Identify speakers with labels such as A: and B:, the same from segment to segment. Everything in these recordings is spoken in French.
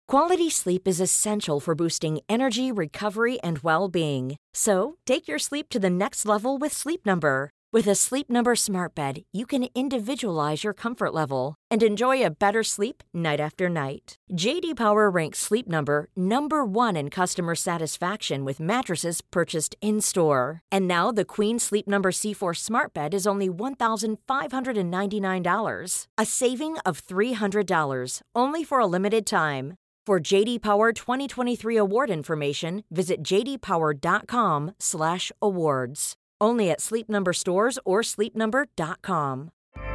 A: Quality sleep is essential for boosting energy, recovery, and well-being. So, take your sleep to the next level with Sleep Number. With a Sleep Number smart bed, you can individualize your comfort level and enjoy a better sleep night after night. JD Power ranks Sleep Number number one in customer satisfaction with mattresses purchased in-store. And now the Queen Sleep Number C4 smart bed is only $1,599, a saving of $300, only for a limited time. For JD Power 2023 award information, visit jdpower.com/awards. Only at Sleep Number stores or sleepnumber.com.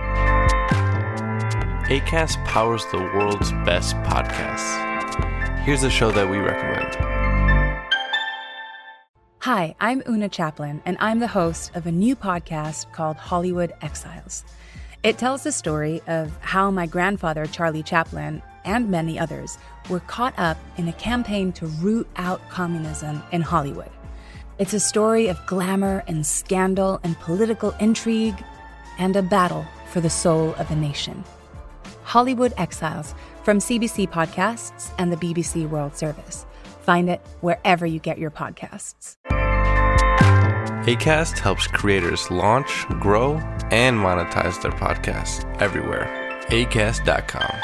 B: Acast powers the world's best podcasts. Here's a show that we recommend.
C: Hi, I'm Una Chaplin, and I'm the host of a new podcast called Hollywood Exiles. It tells the story of how my grandfather, Charlie Chaplin, and many others were caught up in a campaign to root out communism in Hollywood. It's a story of glamour and scandal and political intrigue and a battle for the soul of a nation. Hollywood Exiles from CBC Podcasts and the BBC World Service. Find it wherever you get your podcasts.
B: Acast helps creators launch, grow, and monetize their podcasts everywhere. Acast.com.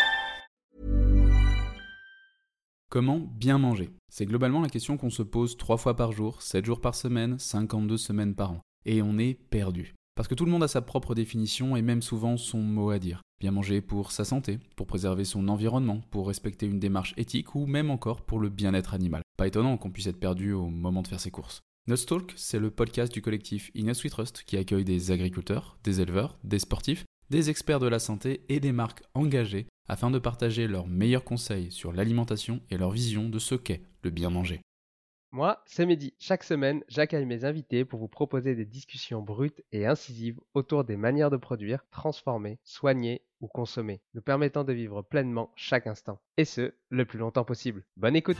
D: Comment bien manger? C'est globalement la question qu'on se pose 3 fois par jour, 7 jours par semaine, 52 semaines par an. Et on est perdu. Parce que tout le monde a sa propre définition et même souvent son mot à dire. Bien manger pour sa santé, pour préserver son environnement, pour respecter une démarche éthique ou même encore pour le bien-être animal. Pas étonnant qu'on puisse être perdu au moment de faire ses courses. Nutstalk, c'est le podcast du collectif Ineos We Trust qui accueille des agriculteurs, des éleveurs, des sportifs, des experts de la santé et des marques engagées afin de partager leurs meilleurs conseils sur l'alimentation et leur vision de ce qu'est le bien manger.
E: Moi, c'est Mehdi. Chaque semaine, j'accueille mes invités pour vous proposer des discussions brutes et incisives autour des manières de produire, transformer, soigner ou consommer, nous permettant de vivre pleinement chaque instant. Et ce, le plus longtemps possible. Bonne écoute!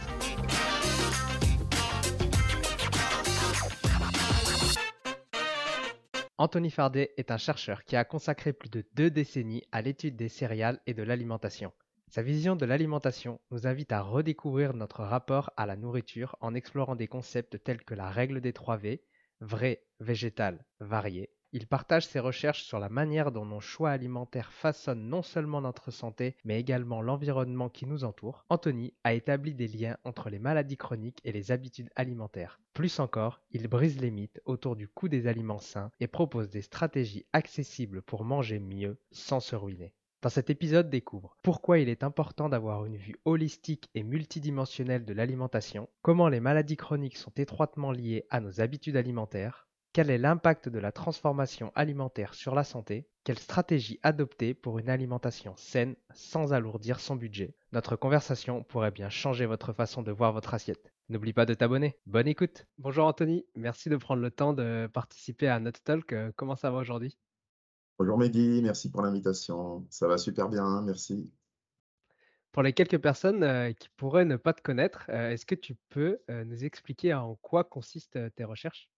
E: Anthony Fardet est un chercheur qui a consacré plus de 2 décennies à l'étude des céréales et de l'alimentation. Sa vision de l'alimentation nous invite à redécouvrir notre rapport à la nourriture en explorant des concepts tels que la règle des 3 V, vrai, végétal, varié. Il partage ses recherches sur la manière dont nos choix alimentaires façonnent non seulement notre santé, mais également l'environnement qui nous entoure. Anthony a établi des liens entre les maladies chroniques et les habitudes alimentaires. Plus encore, il brise les mythes autour du coût des aliments sains et propose des stratégies accessibles pour manger mieux sans se ruiner. Dans cet épisode, découvre pourquoi il est important d'avoir une vue holistique et multidimensionnelle de l'alimentation, comment les maladies chroniques sont étroitement liées à nos habitudes alimentaires, quel est l'impact de la transformation alimentaire sur la santé, quelle stratégie adopter pour une alimentation saine sans alourdir son budget. Notre conversation pourrait bien changer votre façon de voir votre assiette. N'oublie pas de t'abonner. Bonne écoute. Bonjour Anthony, merci de prendre le temps de participer à Nutstalk. Comment ça va aujourd'hui?
F: Bonjour Mehdi, merci pour l'invitation. Ça va super bien, merci.
E: Pour les quelques personnes qui pourraient ne pas te connaître, est-ce que tu peux nous expliquer en quoi consistent tes recherches?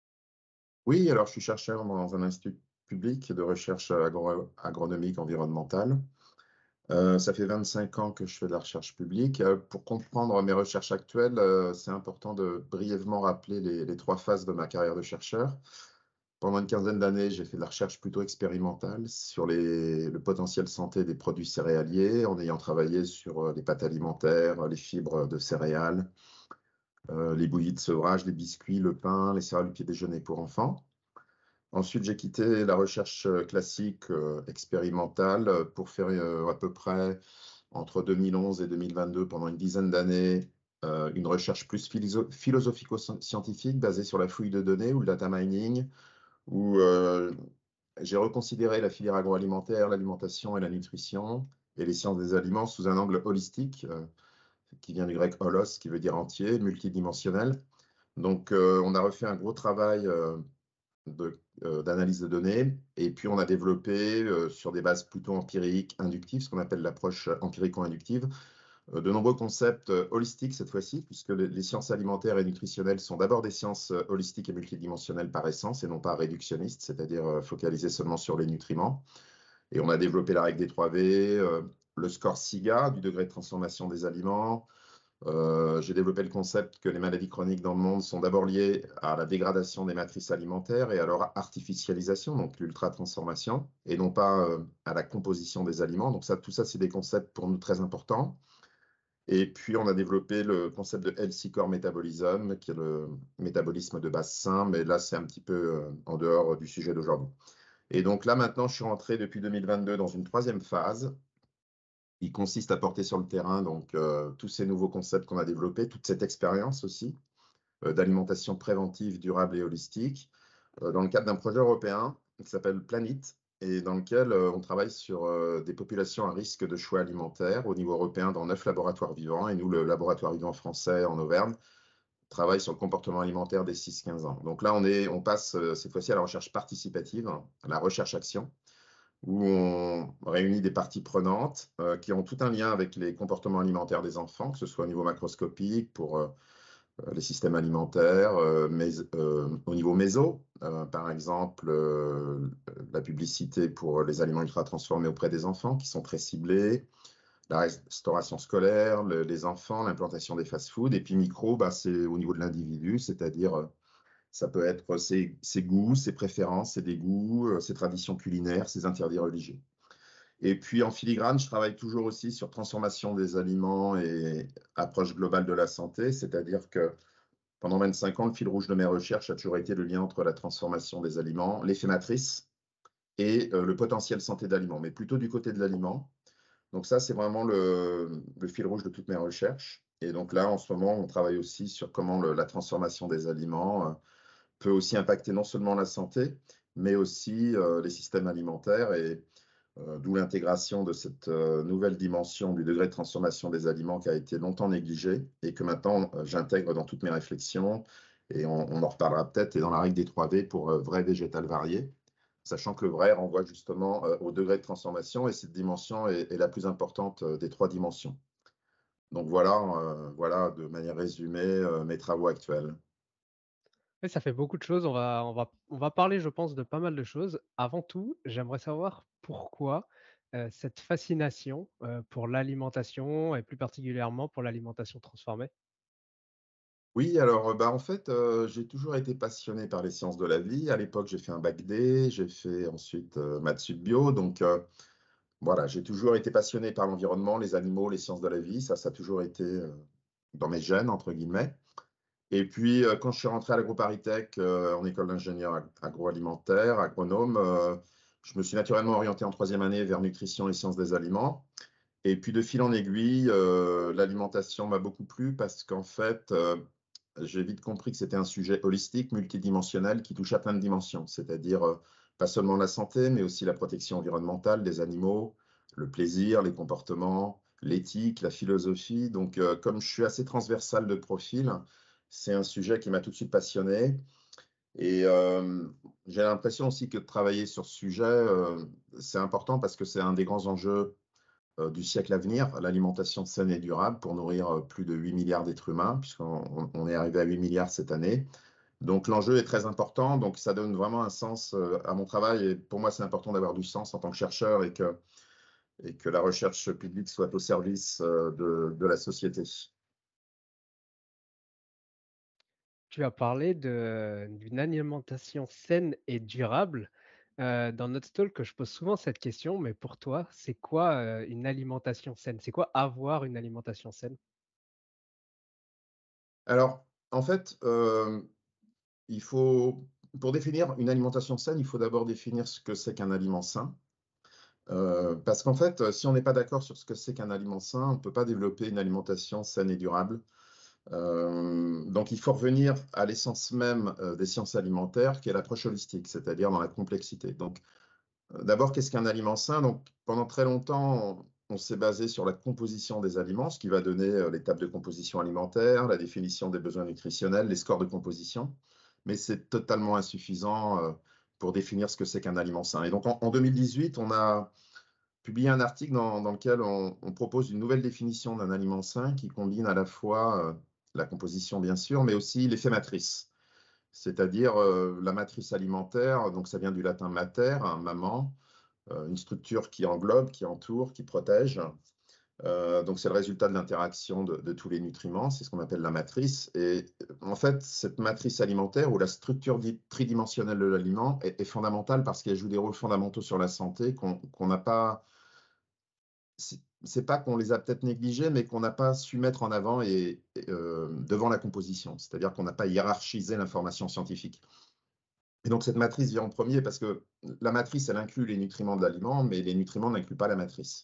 F: Oui, alors je suis chercheur dans un institut public de recherche agronomique environnementale. Ça fait 25 ans que je fais de la recherche publique. Pour comprendre mes recherches actuelles, c'est important de brièvement rappeler les 3 phases de ma carrière de chercheur. Pendant une quinzaine d'années, j'ai fait de la recherche plutôt expérimentale sur le potentiel santé des produits céréaliers, en ayant travaillé sur les pâtes alimentaires, les fibres de céréales, les bouillies de sevrage, les biscuits, le pain, les céréales du petit déjeuner pour enfants. Ensuite, j'ai quitté la recherche classique expérimentale pour faire à peu près entre 2011 et 2022, pendant une dizaine d'années, une recherche plus philosophico-scientifique basée sur la fouille de données ou le data mining, où j'ai reconsidéré la filière agroalimentaire, l'alimentation et la nutrition et les sciences des aliments sous un angle holistique, qui vient du grec holos, qui veut dire entier, multidimensionnel. Donc, on a refait un gros travail d'analyse de données, et puis on a développé sur des bases plutôt empiriques, inductives, ce qu'on appelle l'approche empirico-inductive, de nombreux concepts holistiques cette fois-ci, puisque les sciences alimentaires et nutritionnelles sont d'abord des sciences holistiques et multidimensionnelles par essence, et non pas réductionnistes, c'est-à-dire focalisées seulement sur les nutriments. Et on a développé la règle des 3 V, le score SIGA, du degré de transformation des aliments. J'ai développé le concept que les maladies chroniques dans le monde sont d'abord liées à la dégradation des matrices alimentaires et à leur artificialisation, donc l'ultra-transformation, et non pas à la composition des aliments. Donc tout ça, c'est des concepts pour nous très importants. Et puis, on a développé le concept de Healthy Core Metabolism, qui est le métabolisme de base sain, mais là, c'est un petit peu en dehors du sujet d'aujourd'hui. Et donc là, maintenant, je suis rentré depuis 2022 dans une troisième phase. Il consiste à porter sur le terrain donc, tous ces nouveaux concepts qu'on a développés, toute cette expérience aussi d'alimentation préventive, durable et holistique, dans le cadre d'un projet européen qui s'appelle Planit, et dans lequel on travaille sur des populations à risque de choix alimentaires au niveau européen dans 9 laboratoires vivants. Et nous, le laboratoire vivant français en Auvergne, travaille sur le comportement alimentaire des 6-15 ans. Donc là, on passe cette fois-ci à la recherche participative, à la recherche-action, où on réunit des parties prenantes qui ont tout un lien avec les comportements alimentaires des enfants, que ce soit au niveau macroscopique pour les systèmes alimentaires, mais au niveau méso, par exemple, la publicité pour les aliments ultra transformés auprès des enfants qui sont très ciblés, la restauration scolaire, les enfants, l'implantation des fast-foods, et puis micro, c'est au niveau de l'individu, c'est-à-dire ça peut être ses goûts, ses préférences, ses dégoûts, ses traditions culinaires, ses interdits religieux. Et puis en filigrane, je travaille toujours aussi sur transformation des aliments et approche globale de la santé, c'est-à-dire que pendant 25 ans, le fil rouge de mes recherches a toujours été le lien entre la transformation des aliments, l'effet matrice et le potentiel santé d'aliments, mais plutôt du côté de l'aliment. Donc ça, c'est vraiment le fil rouge de toutes mes recherches. Et donc là, en ce moment, on travaille aussi sur comment la transformation des aliments peut aussi impacter non seulement la santé, mais aussi les systèmes alimentaires, et d'où l'intégration de cette nouvelle dimension du degré de transformation des aliments qui a été longtemps négligée et que maintenant j'intègre dans toutes mes réflexions, et on en reparlera peut-être, et dans la règle des 3V pour vrai, végétal, varié, sachant que le vrai renvoie justement au degré de transformation, et cette dimension est la plus importante des 3 dimensions. Donc voilà de manière résumée mes travaux actuels.
E: Oui, ça fait beaucoup de choses. On va parler, je pense, de pas mal de choses. Avant tout, j'aimerais savoir pourquoi cette fascination pour l'alimentation et plus particulièrement pour l'alimentation transformée.
F: Oui, alors en fait, j'ai toujours été passionné par les sciences de la vie. À l'époque, j'ai fait un bac D, j'ai fait ensuite maths sup bio. Donc voilà, j'ai toujours été passionné par l'environnement, les animaux, les sciences de la vie. Ça a toujours été dans mes gènes, entre guillemets. Et puis, quand je suis rentré à l'AgroParisTech en école d'ingénieur agroalimentaire, agronome, je me suis naturellement orienté en 3e année vers nutrition et sciences des aliments. Et puis, de fil en aiguille, l'alimentation m'a beaucoup plu parce qu'en fait, j'ai vite compris que c'était un sujet holistique, multidimensionnel, qui touche à plein de dimensions, c'est-à-dire pas seulement la santé, mais aussi la protection environnementale des animaux, le plaisir, les comportements, l'éthique, la philosophie. Donc, comme je suis assez transversal de profil, c'est un sujet qui m'a tout de suite passionné. Et j'ai l'impression aussi que de travailler sur ce sujet, c'est important parce que c'est un des grands enjeux du siècle à venir, l'alimentation saine et durable pour nourrir plus de 8 milliards d'êtres humains, puisqu'on est arrivé à 8 milliards cette année. Donc l'enjeu est très important, donc ça donne vraiment un sens à mon travail, et pour moi c'est important d'avoir du sens en tant que chercheur, et que la recherche publique soit au service de la société.
E: Tu as parlé d'une alimentation saine et durable. Dans notre talk, je pose souvent cette question, mais pour toi, c'est quoi une alimentation saine? C'est quoi avoir une alimentation saine?
F: Alors, en fait, pour définir une alimentation saine, il faut d'abord définir ce que c'est qu'un aliment sain. Parce qu'en fait, si on n'est pas d'accord sur ce que c'est qu'un aliment sain, on ne peut pas développer une alimentation saine et durable. Donc, il faut revenir à l'essence même des sciences alimentaires, qui est l'approche holistique, c'est-à-dire dans la complexité. Donc, d'abord, qu'est-ce qu'un aliment sain? Donc, pendant très longtemps, on s'est basé sur la composition des aliments, ce qui va donner l'étape de composition alimentaire, la définition des besoins nutritionnels, les scores de composition. Mais c'est totalement insuffisant pour définir ce que c'est qu'un aliment sain. Et donc, en 2018, on a publié un article dans lequel on propose une nouvelle définition d'un aliment sain qui combine à la fois la composition, bien sûr, mais aussi l'effet matrice. C'est-à-dire la matrice alimentaire, donc ça vient du latin mater, hein, maman, une structure qui englobe, qui entoure, qui protège. Donc, c'est le résultat de l'interaction de tous les nutriments, c'est ce qu'on appelle la matrice. Et en fait, cette matrice alimentaire ou la structure dite tridimensionnelle de l'aliment est fondamentale parce qu'elle joue des rôles fondamentaux sur la santé qu'on n'a pas. C'est pas qu'on les a peut-être négligés, mais qu'on n'a pas su mettre en avant devant la composition. C'est-à-dire qu'on n'a pas hiérarchisé l'information scientifique. Et donc, cette matrice vient en premier parce que la matrice, elle inclut les nutriments de l'aliment, mais les nutriments n'incluent pas la matrice.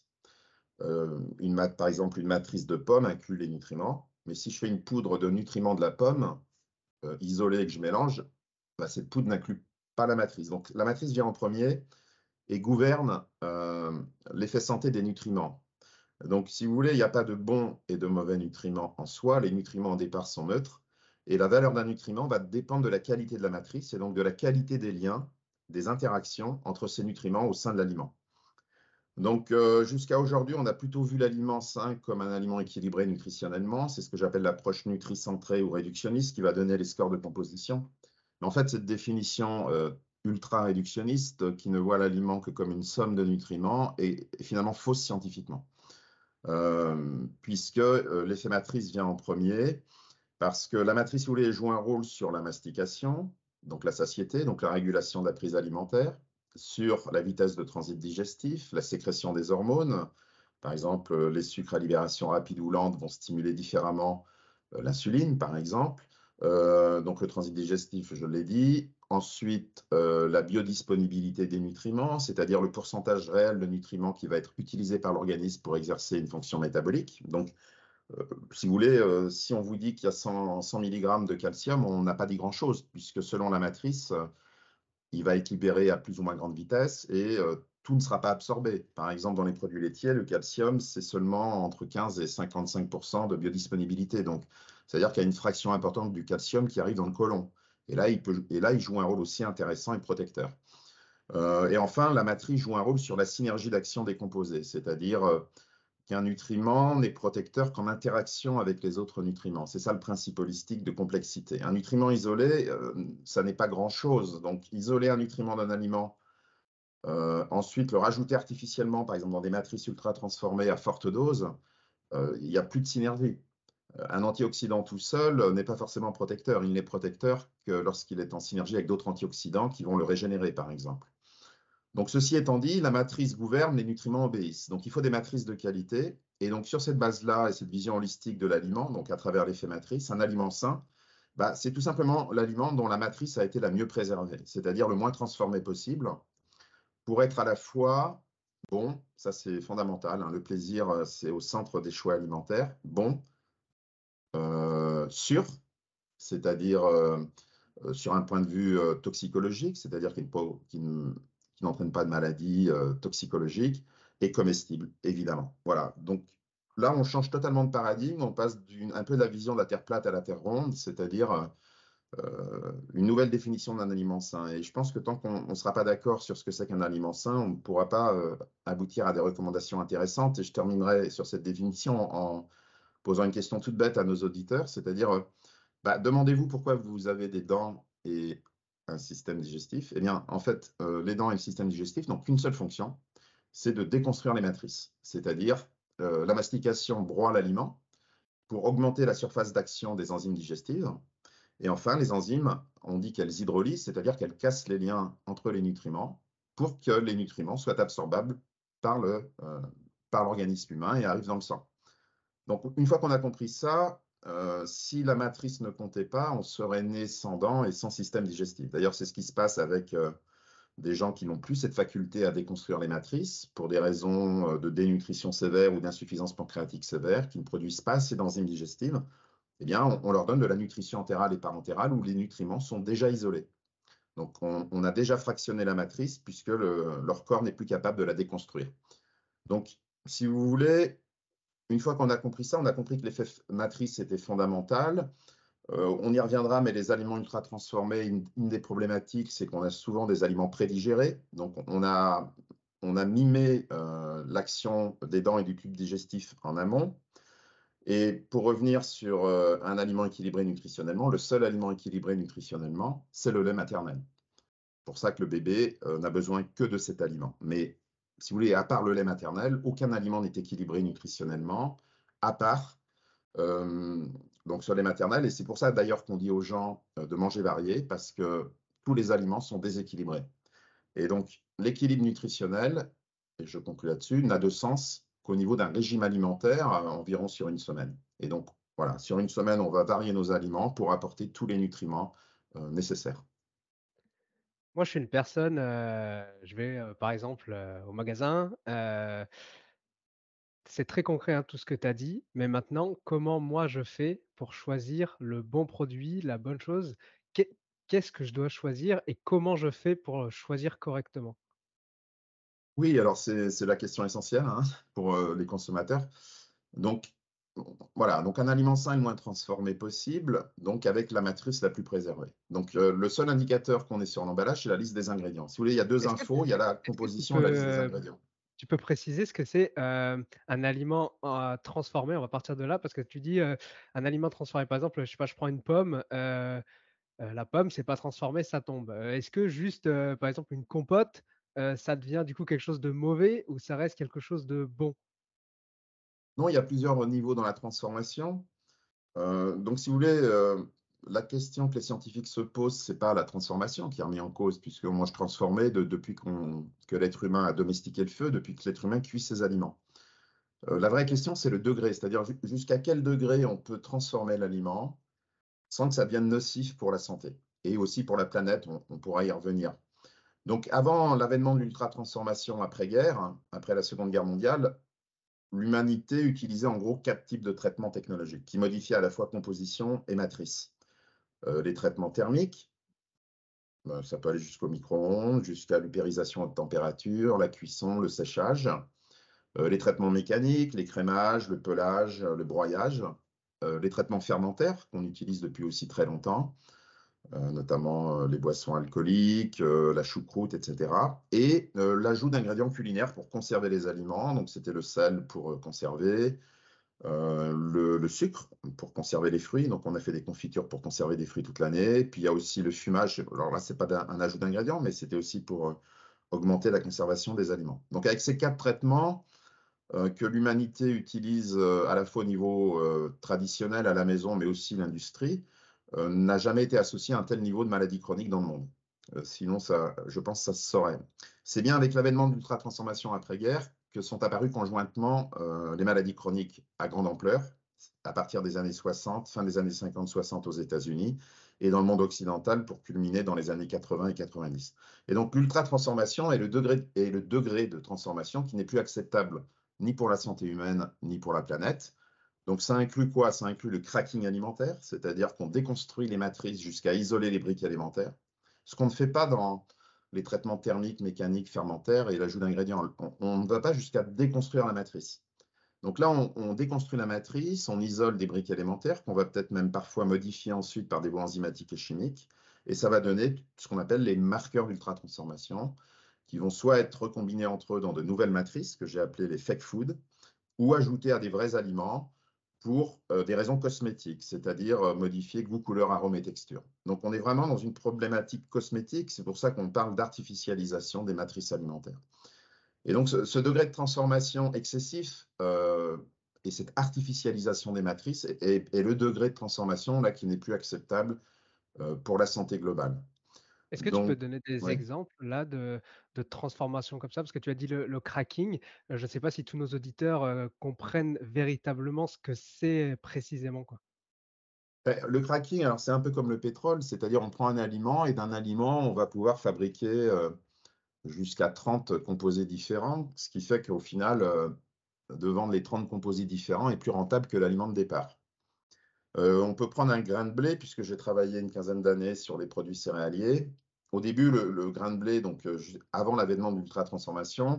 F: Par exemple, une matrice de pomme inclut les nutriments, mais si je fais une poudre de nutriments de la pomme isolée et que je mélange, cette poudre n'inclut pas la matrice. Donc, la matrice vient en premier et gouverne l'effet santé des nutriments. Donc, si vous voulez, il n'y a pas de bons et de mauvais nutriments en soi. Les nutriments au départ sont neutres. Et la valeur d'un nutriment va dépendre de la qualité de la matrice et donc de la qualité des liens, des interactions entre ces nutriments au sein de l'aliment. Donc, jusqu'à aujourd'hui, on a plutôt vu l'aliment sain comme un aliment équilibré nutritionnellement. C'est ce que j'appelle l'approche nutricentrée ou réductionniste qui va donner les scores de composition. Mais en fait, cette définition ultra-réductionniste qui ne voit l'aliment que comme une somme de nutriments est finalement fausse scientifiquement. Puisque l'effet matrice vient en premier, parce que la matrice, si vous voulez, joue un rôle sur la mastication, donc la satiété, donc la régulation de la prise alimentaire, sur la vitesse de transit digestif, la sécrétion des hormones. Par exemple, les sucres à libération rapide ou lente vont stimuler différemment l'insuline, par exemple. Donc le transit digestif, je l'ai dit. Ensuite, la biodisponibilité des nutriments, c'est-à-dire le pourcentage réel de nutriments qui va être utilisé par l'organisme pour exercer une fonction métabolique. Donc, si vous voulez, si on vous dit qu'il y a 100 mg de calcium, on n'a pas dit grand-chose, puisque selon la matrice, il va être libéré à plus ou moins grande vitesse et tout ne sera pas absorbé. Par exemple, dans les produits laitiers, le calcium, c'est seulement entre 15 et 55% de biodisponibilité. Donc, c'est-à-dire qu'il y a une fraction importante du calcium qui arrive dans le côlon. Et là, il joue un rôle aussi intéressant et protecteur. Et enfin, la matrice joue un rôle sur la synergie d'action des composés, c'est-à-dire qu'un nutriment n'est protecteur qu'en interaction avec les autres nutriments. C'est ça le principe holistique de complexité. Un nutriment isolé, ça n'est pas grand-chose. Donc, isoler un nutriment d'un aliment, ensuite le rajouter artificiellement, par exemple dans des matrices ultra transformées à forte dose, il n'y a plus de synergie. Un antioxydant tout seul n'est pas forcément protecteur. Il n'est protecteur que lorsqu'il est en synergie avec d'autres antioxydants qui vont le régénérer, par exemple. Donc, ceci étant dit, la matrice gouverne, les nutriments obéissent. Donc, il faut des matrices de qualité. Et donc, sur cette base-là et cette vision holistique de l'aliment, donc à travers l'effet matrice, un aliment sain, c'est tout simplement l'aliment dont la matrice a été la mieux préservée, c'est-à-dire le moins transformé possible, pour être à la fois bon, ça c'est fondamental, hein, le plaisir c'est au centre des choix alimentaires, bon, sûr, c'est-à-dire sur un point de vue toxicologique, c'est-à-dire qu'il n'entraîne pas de maladie toxicologique, et comestible, évidemment. Voilà, donc là, on change totalement de paradigme, on passe un peu de la vision de la Terre plate à la Terre ronde, c'est-à-dire une nouvelle définition d'un aliment sain. Et je pense que tant qu'on ne sera pas d'accord sur ce que c'est qu'un aliment sain, on ne pourra pas aboutir à des recommandations intéressantes. Et je terminerai sur cette définition en posant une question toute bête à nos auditeurs, c'est-à-dire, demandez-vous pourquoi vous avez des dents et un système digestif. Eh bien, en fait, les dents et le système digestif n'ont qu'une seule fonction, c'est de déconstruire les matrices. C'est-à-dire, la mastication broie l'aliment pour augmenter la surface d'action des enzymes digestives. Et enfin, les enzymes, on dit qu'elles hydrolysent, c'est-à-dire qu'elles cassent les liens entre les nutriments pour que les nutriments soient absorbables par l'organisme humain et arrivent dans le sang. Donc, une fois qu'on a compris ça, si la matrice ne comptait pas, on serait né sans dents et sans système digestif. D'ailleurs, c'est ce qui se passe avec des gens qui n'ont plus cette faculté à déconstruire les matrices pour des raisons de dénutrition sévère ou d'insuffisance pancréatique sévère, qui ne produisent pas assez d'enzymes digestives. Eh bien, on leur donne de la nutrition entérale et parentérale où les nutriments sont déjà isolés. Donc, on a déjà fractionné la matrice puisque leur corps n'est plus capable de la déconstruire. Donc, si vous voulez, une fois qu'on a compris ça, on a compris que l'effet matrice était fondamental. On y reviendra, mais les aliments ultra transformés, une des problématiques, c'est qu'on a souvent des aliments prédigérés. Donc, on a mimé l'action des dents et du tube digestif en amont. Et pour revenir sur un aliment équilibré nutritionnellement, le seul aliment équilibré nutritionnellement, c'est le lait maternel. C'est pour ça que le bébé n'a besoin que de cet aliment. Mais si vous voulez, à part le lait maternel, aucun aliment n'est équilibré nutritionnellement, à part donc sur les maternelles. Et c'est pour ça d'ailleurs qu'on dit aux gens de manger varié, parce que tous les aliments sont déséquilibrés. Et donc, l'équilibre nutritionnel, et je conclue là-dessus, n'a de sens qu'au niveau d'un régime alimentaire environ sur une semaine. Et donc, voilà, sur une semaine, on va varier nos aliments pour apporter tous les nutriments nécessaires.
E: Moi, je suis une personne, je vais, par exemple, au magasin, c'est très concret, hein, tout ce que tu as dit, mais maintenant, comment moi je fais pour choisir le bon produit, la bonne chose? Qu'est qu'est-ce que je dois choisir et comment je fais pour, choisir correctement?
F: Oui, alors c'est la question essentielle hein, pour les consommateurs. Donc, voilà, donc un aliment sain et le moins transformé possible, donc avec la matrice la plus préservée. Donc, le seul indicateur qu'on ait sur l'emballage, c'est la liste des ingrédients. Si vous voulez, il y a deux
E: Est-ce que
F: infos, il y a la
E: est-ce que
F: composition et la liste des ingrédients.
E: tu peux préciser ce que c'est, un aliment, transformé? On va partir de là parce que tu dis, un aliment transformé. Par exemple, je sais pas, je prends une pomme, la pomme, c'est pas transformé, ça tombe. Est-ce que juste, par exemple, une compote, ça devient du coup quelque chose de mauvais ou ça reste quelque chose de bon?
F: Non, il y a plusieurs niveaux dans la transformation. Donc, si vous voulez, la question que les scientifiques se posent, c'est pas la transformation qui est remise en cause, puisque on mange transformé depuis que l'être humain a domestiqué le feu, depuis que l'être humain cuit ses aliments. La vraie question, c'est le degré, c'est-à-dire jusqu'à quel degré on peut transformer l'aliment sans que ça devienne nocif pour la santé et aussi pour la planète, on pourra y revenir. Donc, avant l'avènement de l'ultra-transformation après-guerre, hein, après la Seconde Guerre mondiale, l'humanité utilisait en gros 4 types de traitements technologiques qui modifiaient à la fois composition et matrice. Les traitements thermiques, ça peut aller jusqu'au micro-ondes, jusqu'à l'upérisation à haute température, la cuisson, le séchage. Les traitements mécaniques, les crémages, le pelage, le broyage. Les traitements fermentaires qu'on utilise depuis aussi très longtemps, notamment les boissons alcooliques, la choucroute, etc. Et l'ajout d'ingrédients culinaires pour conserver les aliments. Donc, c'était le sel pour conserver, le sucre pour conserver les fruits. Donc, on a fait des confitures pour conserver des fruits toute l'année. Puis, il y a aussi le fumage. Alors là, ce n'est pas un ajout d'ingrédients, mais c'était aussi pour augmenter la conservation des aliments. Donc, avec ces 4 traitements que l'humanité utilise à la fois au niveau traditionnel à la maison, mais aussi l'industrie, n'a jamais été associé à un tel niveau de maladie chronique dans le monde. Sinon, je pense que ça se saurait. C'est bien avec l'avènement de l'ultra-transformation après-guerre que sont apparues conjointement les maladies chroniques à grande ampleur, à partir des années 60, fin des années 50-60 aux États-Unis, et dans le monde occidental pour culminer dans les années 80 et 90. Et donc l'ultra-transformation est le degré de transformation qui n'est plus acceptable ni pour la santé humaine, ni pour la planète. Donc ça inclut quoi? Ça inclut le cracking alimentaire, c'est-à-dire qu'on déconstruit les matrices jusqu'à isoler les briques alimentaires, ce qu'on ne fait pas dans les traitements thermiques, mécaniques, fermentaires et l'ajout d'ingrédients. On ne va pas jusqu'à déconstruire la matrice. Donc là, on déconstruit la matrice, on isole des briques élémentaires qu'on va peut-être même parfois modifier ensuite par des voies enzymatiques et chimiques, et ça va donner ce qu'on appelle les marqueurs d'ultra-transformation, qui vont soit être recombinés entre eux dans de nouvelles matrices, que j'ai appelées les fake food, ou ajoutés à des vrais aliments pour des raisons cosmétiques, c'est-à-dire modifier goût, couleur, arôme et texture. Donc on est vraiment dans une problématique cosmétique, c'est pour ça qu'on parle d'artificialisation des matrices alimentaires. Et donc ce degré de transformation excessif et cette artificialisation des matrices est le degré de transformation là, qui n'est plus acceptable pour la santé globale.
E: Est-ce que tu peux
F: Donc,
E: donner des
F: ouais.
E: exemples là de transformations comme ça? Parce que tu as dit le cracking, je ne sais pas si tous nos auditeurs, comprennent véritablement ce que c'est précisément, quoi?
F: Le cracking, alors c'est un peu comme le pétrole, c'est-à-dire on prend un aliment et d'un aliment, on va pouvoir fabriquer jusqu'à 30 composés différents, ce qui fait qu'au final, de vendre les 30 composés différents est plus rentable que l'aliment de départ. On peut prendre un grain de blé, puisque j'ai travaillé une quinzaine d'années sur les produits céréaliers. Au début, le grain de blé, donc avant l'avènement de l'ultra-transformation,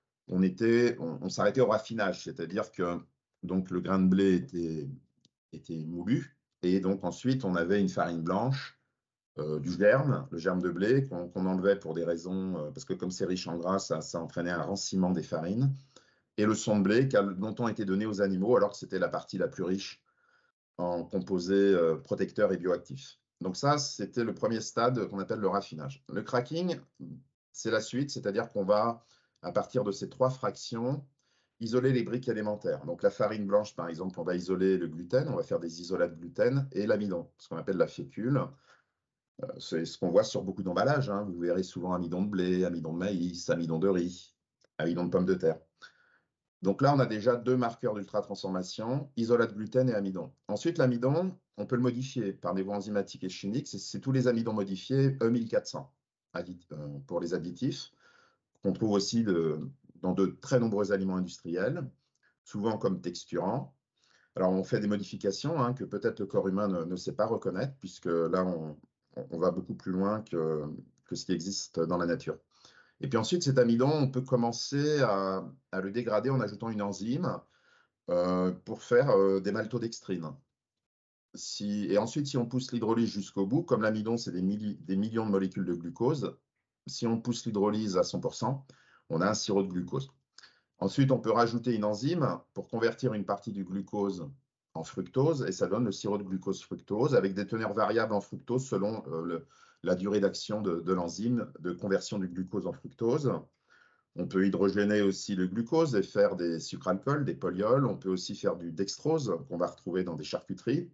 F: on s'arrêtait au raffinage, c'est-à-dire que donc, le grain de blé était moulu, et donc ensuite on avait une farine blanche, du germe, le germe de blé, qu'on enlevait pour des raisons, parce que comme c'est riche en gras, ça entraînait un ranciment des farines, et le son de blé qui a longtemps été donné aux animaux, alors que c'était la partie la plus riche en composés protecteurs et bioactifs. Donc ça, c'était le premier stade qu'on appelle le raffinage. Le cracking, c'est la suite, c'est-à-dire qu'on va à partir de ces 3 fractions, isoler les briques élémentaires. Donc la farine blanche, par exemple, on va isoler le gluten, on va faire des isolats de gluten et l'amidon, ce qu'on appelle la fécule. C'est ce qu'on voit sur beaucoup d'emballages, hein. Vous verrez souvent amidon de blé, amidon de maïs, amidon de riz, amidon de pommes de terre. Donc là, on a déjà 2 marqueurs d'ultra-transformation, isolat de gluten et amidon. Ensuite, l'amidon, on peut le modifier par des voies enzymatiques et chimiques. C'est tous les amidons modifiés E1400 pour les additifs, qu'on trouve aussi dans de très nombreux aliments industriels, souvent comme texturants. Alors, on fait des modifications hein, que peut-être le corps humain ne sait pas reconnaître, puisque là, on va beaucoup plus loin que ce qui existe dans la nature. Et puis ensuite, cet amidon, on peut commencer à le dégrader en ajoutant une enzyme pour faire des maltodextrines. Et ensuite, si on pousse l'hydrolyse jusqu'au bout, comme l'amidon, c'est des millions de molécules de glucose, si on pousse l'hydrolyse à 100%, on a un sirop de glucose. Ensuite, on peut rajouter une enzyme pour convertir une partie du glucose en fructose, et ça donne le sirop de glucose-fructose avec des teneurs variables en fructose selon la durée d'action de l'enzyme de conversion du glucose en fructose. On peut hydrogéner aussi le glucose et faire des sucres-alcools, des polyols. On peut aussi faire du dextrose qu'on va retrouver dans des charcuteries,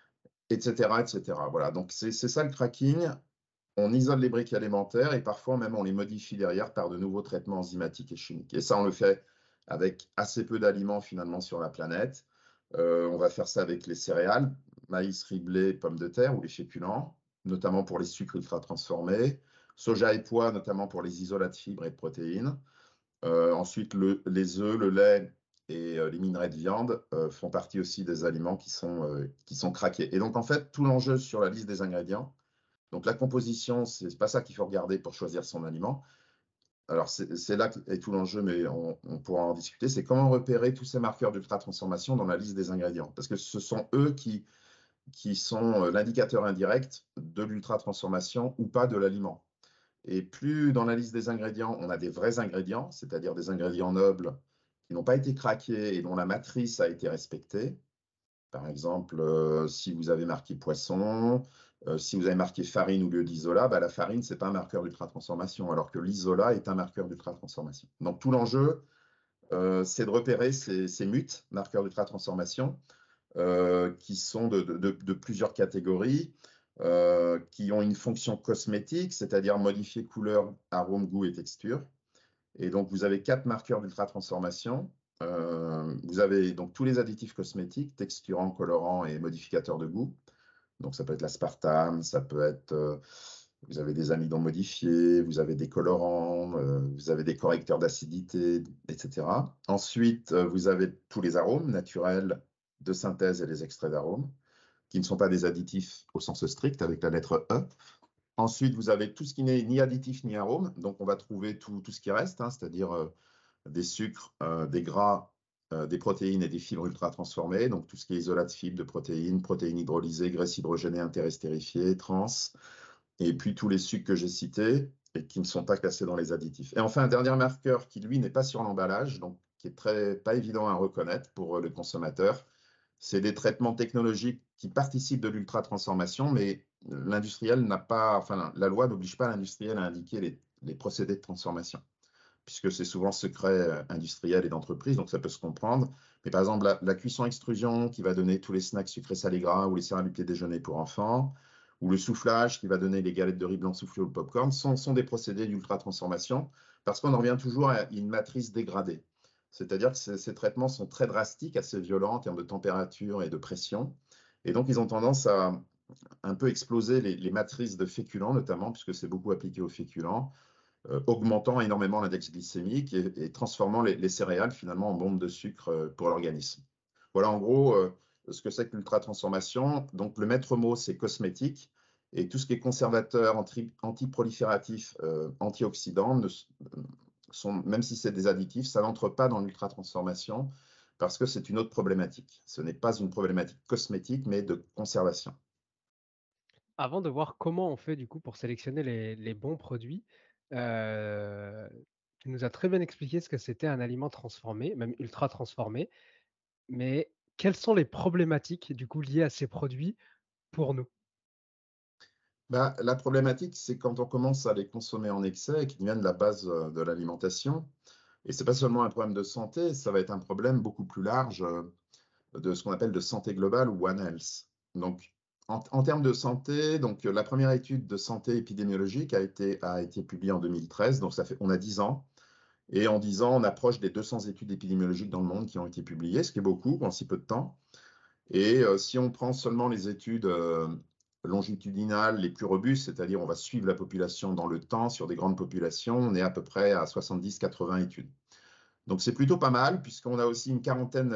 F: etc., etc. Voilà, donc c'est ça le cracking. On isole les briques élémentaires et parfois même on les modifie derrière par de nouveaux traitements enzymatiques et chimiques. Et ça, on le fait avec assez peu d'aliments finalement sur la planète. On va faire ça avec les céréales, maïs, riz, blé, pommes de terre ou les féculents, notamment pour les sucres ultra transformés, soja et pois, notamment pour les isolats de fibres et de protéines. Ensuite, les œufs, le lait et les minerais de viande font partie aussi des aliments qui sont craqués. Et donc, en fait, tout l'enjeu sur la liste des ingrédients, donc la composition, c'est pas ça qu'il faut regarder pour choisir son aliment. Alors, c'est là est tout l'enjeu, mais on pourra en discuter. C'est comment repérer tous ces marqueurs d'ultra-transformation dans la liste des ingrédients. Parce que ce sont eux qui sont l'indicateur indirect de l'ultra-transformation ou pas de l'aliment. Et plus dans la liste des ingrédients, on a des vrais ingrédients, c'est-à-dire des ingrédients nobles qui n'ont pas été craqués et dont la matrice a été respectée. Par exemple, si vous avez marqué poisson, si vous avez marqué farine au lieu d'isola, la farine, ce n'est pas un marqueur d'ultra-transformation, alors que l'isola est un marqueur d'ultra-transformation. Donc tout l'enjeu, c'est de repérer ces MUT, marqueurs d'ultra-transformation, qui sont de plusieurs catégories, qui ont une fonction cosmétique, c'est-à-dire modifier couleur, arôme, goût et texture. Et donc, vous avez 4 marqueurs d'ultra-transformation. Vous avez donc tous les additifs cosmétiques, texturants, colorants et modificateurs de goût. Donc, ça peut être l'aspartame, ça peut être... vous avez des amidons modifiés, vous avez des colorants, vous avez des correcteurs d'acidité, etc. Ensuite, vous avez tous les arômes naturels de synthèse et les extraits d'arômes, qui ne sont pas des additifs au sens strict, avec la lettre E. Ensuite, vous avez tout ce qui n'est ni additif ni arôme. Donc, on va trouver tout ce qui reste, hein, c'est-à-dire des sucres, des gras, des protéines et des fibres ultra transformées. Donc, tout ce qui est isolat de fibres, de protéines, protéines hydrolysées, graisses hydrogénées interestérifiées, trans. Et puis, tous les sucres que j'ai cités et qui ne sont pas classés dans les additifs. Et enfin, un dernier marqueur qui, lui, n'est pas sur l'emballage, donc qui est pas évident à reconnaître pour le consommateur. C'est des traitements technologiques qui participent de l'ultra-transformation, mais l'industriel n'a pas, enfin, la loi n'oblige pas l'industriel à indiquer les procédés de transformation, puisque c'est souvent secret industriel et d'entreprise, donc ça peut se comprendre. Mais par exemple, la cuisson-extrusion qui va donner tous les snacks sucrés salés gras ou les céréales du petit déjeuner pour enfants, ou le soufflage qui va donner les galettes de riz blanc soufflé ou le popcorn, sont des procédés d'ultra-transformation, parce qu'on en revient toujours à une matrice dégradée. C'est-à-dire que ces traitements sont très drastiques, assez violents en termes de température et de pression. Et donc, ils ont tendance à un peu exploser les matrices de féculents, notamment, puisque c'est beaucoup appliqué aux féculents, augmentant énormément l'index glycémique et transformant les céréales, finalement, en bombes de sucre pour l'organisme. Voilà, en gros, ce que c'est que l'ultra-transformation. Donc, le maître mot, c'est cosmétique. Et tout ce qui est conservateur, antiprolifératif, antioxydant, même si c'est des additifs, ça n'entre pas dans l'ultra-transformation parce que c'est une autre problématique. Ce n'est pas une problématique cosmétique, mais de conservation.
E: Avant de voir comment on fait du coup pour sélectionner les bons produits, tu nous as très bien expliqué ce que c'était un aliment transformé, même ultra transformé. Mais quelles sont les problématiques du coup liées à ces produits pour nous?
F: Bah, la problématique, c'est quand on commence à les consommer en excès et qu'ils deviennent la base de l'alimentation. Et c'est pas seulement un problème de santé, ça va être un problème beaucoup plus large de ce qu'on appelle de santé globale ou One Health. Donc, en termes de santé, donc, la première étude de santé épidémiologique a été publiée en 2013, donc on a 10 ans. Et en 10 ans, on approche des 200 études épidémiologiques dans le monde qui ont été publiées, ce qui est beaucoup en si peu de temps. Et si on prend seulement les études longitudinales les plus robustes, c'est-à-dire on va suivre la population dans le temps sur des grandes populations, on est à peu près à 70-80 études. Donc c'est plutôt pas mal, puisqu'on a aussi une quarantaine,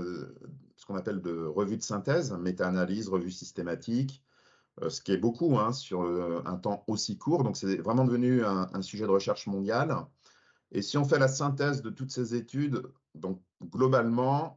F: ce qu'on appelle de revues de synthèse, méta-analyse, revues systématiques, ce qui est beaucoup hein, sur un temps aussi court. Donc c'est vraiment devenu un sujet de recherche mondial. Et si on fait la synthèse de toutes ces études, donc globalement,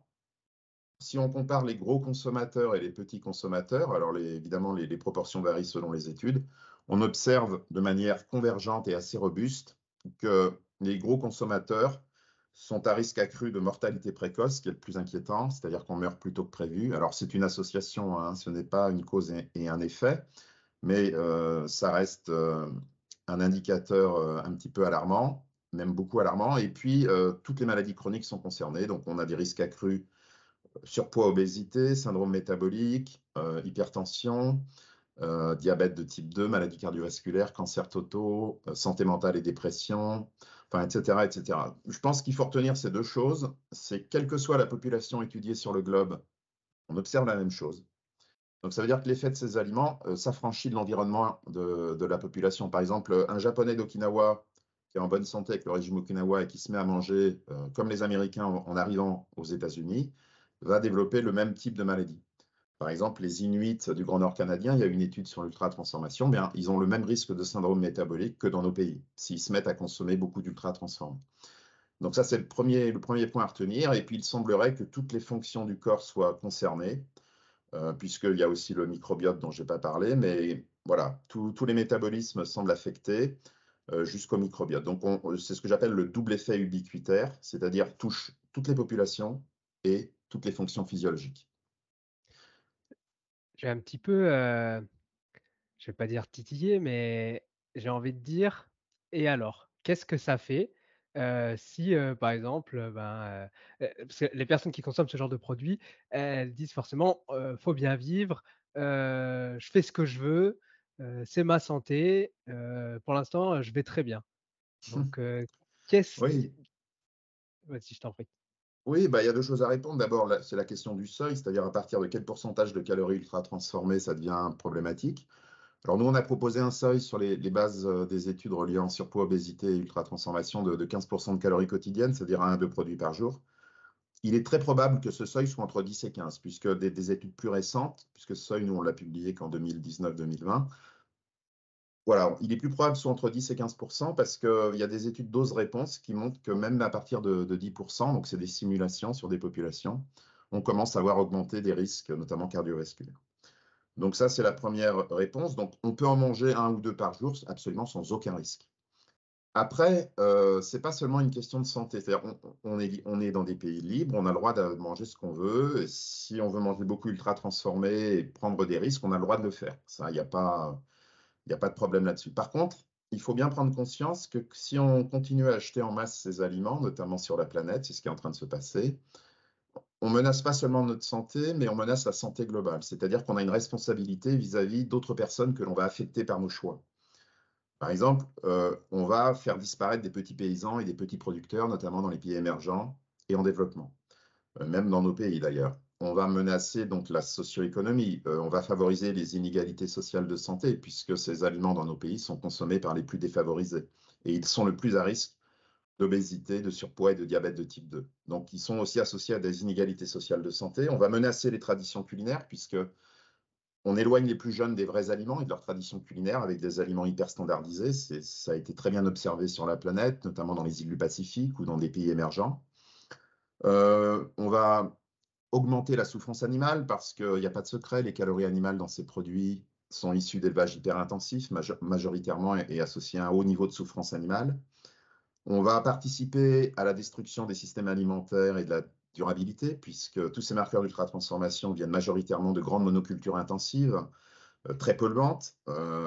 F: si on compare les gros consommateurs et les petits consommateurs, alors évidemment les proportions varient selon les études, on observe de manière convergente et assez robuste que les gros consommateurs sont à risque accru de mortalité précoce, ce qui est le plus inquiétant, c'est-à-dire qu'on meurt plus tôt que prévu. Alors c'est une association, hein, ce n'est pas une cause et un effet, mais ça reste un indicateur un petit peu alarmant, même beaucoup alarmant. Et puis toutes les maladies chroniques sont concernées, donc on a des risques accrus surpoids, obésité, syndrome métabolique, hypertension, diabète de type 2, maladie cardiovasculaire, cancer totaux, santé mentale et dépression, enfin, etc., etc. Je pense qu'il faut retenir ces deux choses. C'est quelle que soit la population étudiée sur le globe, on observe la même chose. Donc ça veut dire que l'effet de ces aliments s'affranchit de l'environnement de la population. Par exemple, un Japonais d'Okinawa qui est en bonne santé avec le régime Okinawa et qui se met à manger comme les Américains en arrivant aux États-Unis, va développer le même type de maladie. Par exemple, les Inuits du Grand Nord canadien, il y a une étude sur l'ultra-transformation, bien, ils ont le même risque de syndrome métabolique que dans nos pays, s'ils se mettent à consommer beaucoup d'ultra-transformés. Donc ça, c'est le premier point à retenir. Et puis, il semblerait que toutes les fonctions du corps soient concernées, puisqu'il y a aussi le microbiote dont je n'ai pas parlé, mais voilà, tous les métabolismes semblent affectés jusqu'au microbiote. Donc, c'est ce que j'appelle le double effet ubiquitaire, c'est-à-dire touche toutes les populations et toutes les fonctions physiologiques.
E: J'ai un petit peu, je vais pas dire titiller, mais j'ai envie de dire: «Et alors? Qu'est-ce que ça fait, si, par exemple, parce que les personnes qui consomment ce genre de produits, elles disent forcément, «Faut bien vivre, je fais ce que je veux, c'est ma santé, pour l'instant, je vais très bien». Donc, qu'est-ce qui
F: Oui,
E: vas-y, je t'en prie.
F: oui, bah, il y a deux choses à répondre. D'abord, c'est la question du seuil, c'est-à-dire à partir de quel pourcentage de calories ultra transformées ça devient problématique. Alors nous, on a proposé un seuil sur les bases des études reliant surpoids, obésité et ultra-transformation de 15% de calories quotidiennes, c'est-à-dire 1 à 2 produits par jour. Il est très probable que ce seuil soit entre 10 et 15, puisque des études plus récentes, puisque ce seuil, nous, on l'a publié qu'en 2019-2020, voilà, il est plus probable que ce soit entre 10 et 15%, parce qu'il y a des études dose-réponse qui montrent que même à partir de 10%, donc c'est des simulations sur des populations, on commence à voir augmenter des risques, notamment cardiovasculaires. Donc ça, c'est la première réponse. Donc on peut en manger 1 ou 2 par jour, absolument sans aucun risque. Après, c'est pas seulement une question de santé. C'est-à-dire, on est dans des pays libres, on a le droit de manger ce qu'on veut. Et si on veut manger beaucoup ultra transformé et prendre des risques, on a le droit de le faire. Ça, il n'y a pas de problème là-dessus. Par contre, il faut bien prendre conscience que si on continue à acheter en masse ces aliments, notamment sur la planète, c'est ce qui est en train de se passer, on menace pas seulement notre santé, mais on menace la santé globale. C'est-à-dire qu'on a une responsabilité vis-à-vis d'autres personnes que l'on va affecter par nos choix. Par exemple, on va faire disparaître des petits paysans et des petits producteurs, notamment dans les pays émergents et en développement, même dans nos pays d'ailleurs. On va menacer donc la socio-économie, on va favoriser les inégalités sociales de santé, puisque ces aliments dans nos pays sont consommés par les plus défavorisés. Et ils sont le plus à risque d'obésité, de surpoids et de diabète de type 2. Donc, ils sont aussi associés à des inégalités sociales de santé. On va menacer les traditions culinaires, puisque on éloigne les plus jeunes des vrais aliments et de leurs traditions culinaires avec des aliments hyper standardisés. Ça a été très bien observé sur la planète, notamment dans les îles du Pacifique ou dans des pays émergents. On va augmenter la souffrance animale parce qu'il n'y a pas de secret, les calories animales dans ces produits sont issues d'élevages hyperintensifs, majoritairement et associés à un haut niveau de souffrance animale. On va participer à la destruction des systèmes alimentaires et de la durabilité, puisque tous ces marqueurs d'ultra-transformation viennent majoritairement de grandes monocultures intensives, très polluantes.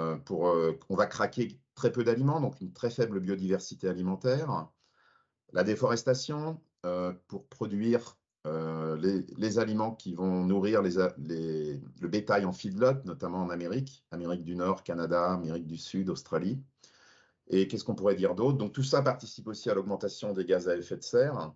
F: On va craquer très peu d'aliments, donc une très faible biodiversité alimentaire. La déforestation, pour produire les aliments qui vont nourrir le bétail en feedlot, notamment en Amérique du Nord, Canada, Amérique du Sud, Australie. Et qu'est-ce qu'on pourrait dire d'autre? Donc tout ça participe aussi à l'augmentation des gaz à effet de serre.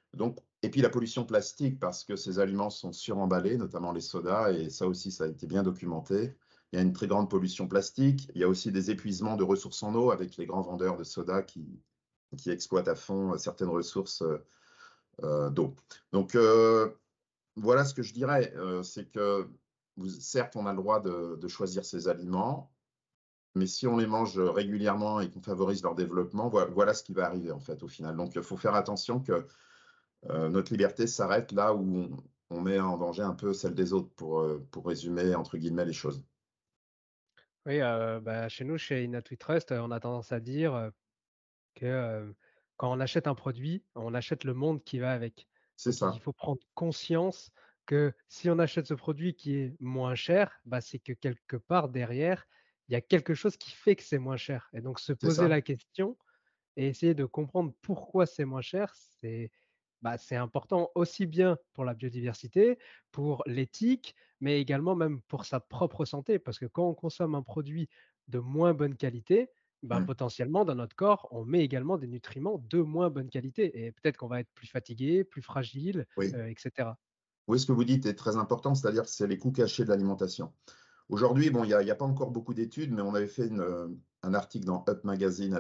F: Et puis la pollution plastique, parce que ces aliments sont suremballés, notamment les sodas, et ça aussi, ça a été bien documenté. Il y a une très grande pollution plastique. Il y a aussi des épuisements de ressources en eau avec les grands vendeurs de sodas qui exploitent à fond certaines ressources d'eau. Donc voilà ce que je dirais, c'est que certes, on a le droit de choisir ces aliments, mais si on les mange régulièrement et qu'on favorise leur développement, voilà ce qui va arriver en fait au final. Donc il faut faire attention que notre liberté s'arrête là où on met en danger un peu celle des autres, pour résumer entre guillemets les choses.
E: Oui, chez nous, chez Inat We Trust, on a tendance à dire, que, quand on achète un produit, on achète le monde qui va avec.
F: C'est
E: Donc il
F: ça,
E: faut prendre conscience que si on achète ce produit qui est moins cher, c'est que quelque part derrière, il y a quelque chose qui fait que c'est moins cher et donc se
F: c'est
E: poser
F: ça.
E: la question et essayer de comprendre pourquoi c'est moins cher, c'est important aussi bien pour la biodiversité, pour l'éthique, mais également même pour sa propre santé. Parce que quand on consomme un produit de moins bonne qualité,
F: Mm.
E: potentiellement dans notre corps, on met également des nutriments de moins bonne qualité et peut-être qu'on va être plus fatigué, plus fragile,
F: Oui.
E: et cetera.
F: Oui, ce que vous dites est très important, c'est-à-dire que c'est les coûts cachés de l'alimentation. Aujourd'hui, bon, il y a pas encore beaucoup d'études, mais on avait fait un article dans Up Magazine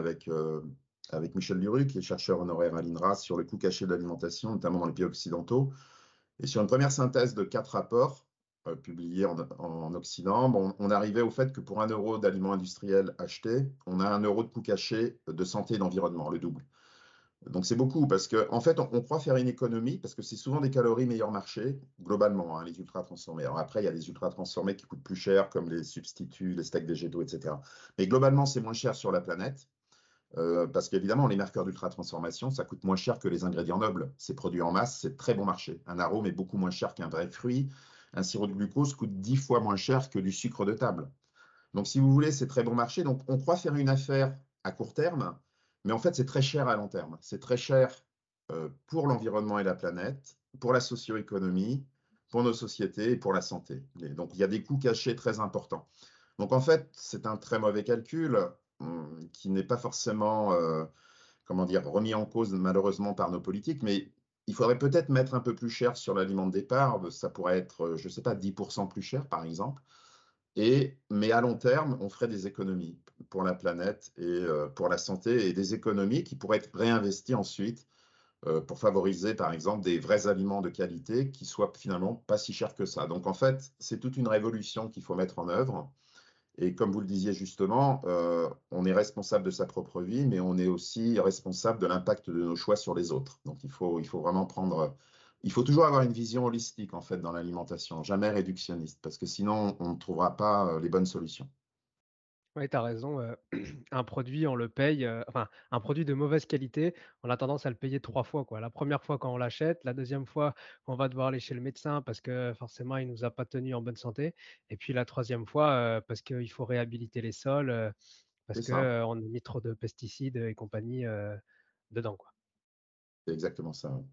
F: avec Michel Duruc, qui est chercheur honoraire à l'INRA, sur le coût caché de l'alimentation, notamment dans les pays occidentaux. Et sur une première synthèse de 4 rapports publiés en Occident, bon, on arrivait au fait que pour 1 € d'aliments industriels achetés, on a 1 € de coût caché de santé et d'environnement, le double. Donc c'est beaucoup parce qu'en fait, on croit faire une économie parce que c'est souvent des calories meilleur marché, globalement, hein, les ultra-transformés. Alors après, il y a des ultra-transformés qui coûtent plus cher, comme les substituts, les steaks végétaux, etc. Mais globalement, c'est moins cher sur la planète parce qu'évidemment, les marqueurs d'ultra-transformation, ça coûte moins cher que les ingrédients nobles. C'est produit en masse, c'est très bon marché. Un arôme est beaucoup moins cher qu'un vrai fruit. Un sirop de glucose coûte 10 fois moins cher que du sucre de table. Donc, si vous voulez, c'est très bon marché. Donc, on croit faire une affaire à court terme, mais en fait, c'est très cher à long terme. C'est très cher pour l'environnement et la planète, pour la socio-économie, pour nos sociétés et pour la santé. Et donc, il y a des coûts cachés très importants. Donc, en fait, c'est un très mauvais calcul qui n'est pas forcément, comment dire, remis en cause malheureusement par nos politiques, mais il faudrait peut-être mettre un peu plus cher sur l'aliment de départ. Ça pourrait être, je ne sais pas, 10% plus cher, par exemple. Mais à long terme, on ferait des économies pour la planète et pour la santé et des économies qui pourraient être réinvesties ensuite pour favoriser, par exemple, des vrais aliments de qualité qui soient finalement pas si chers que ça. Donc en fait, c'est toute une révolution qu'il faut mettre en œuvre. Et comme vous le disiez justement, on est responsable de sa propre vie, mais on est aussi responsable de l'impact de nos choix sur les autres. Donc il faut vraiment il faut toujours avoir une vision holistique en fait dans l'alimentation, jamais réductionniste, parce que sinon on ne trouvera pas les bonnes solutions.
E: Oui, tu as raison, un produit, on le paye, un produit de mauvaise qualité, on a tendance à le payer 3 fois, quoi. La première fois quand on l'achète, la deuxième fois, on va devoir aller chez le médecin parce que forcément il nous a pas tenus en bonne santé et puis la troisième fois, parce qu'il faut réhabiliter les sols, parce
F: C'est
E: que,
F: ça,
E: on a mis trop de pesticides et compagnie, dedans, quoi.
F: c'est exactement ça. Ouais.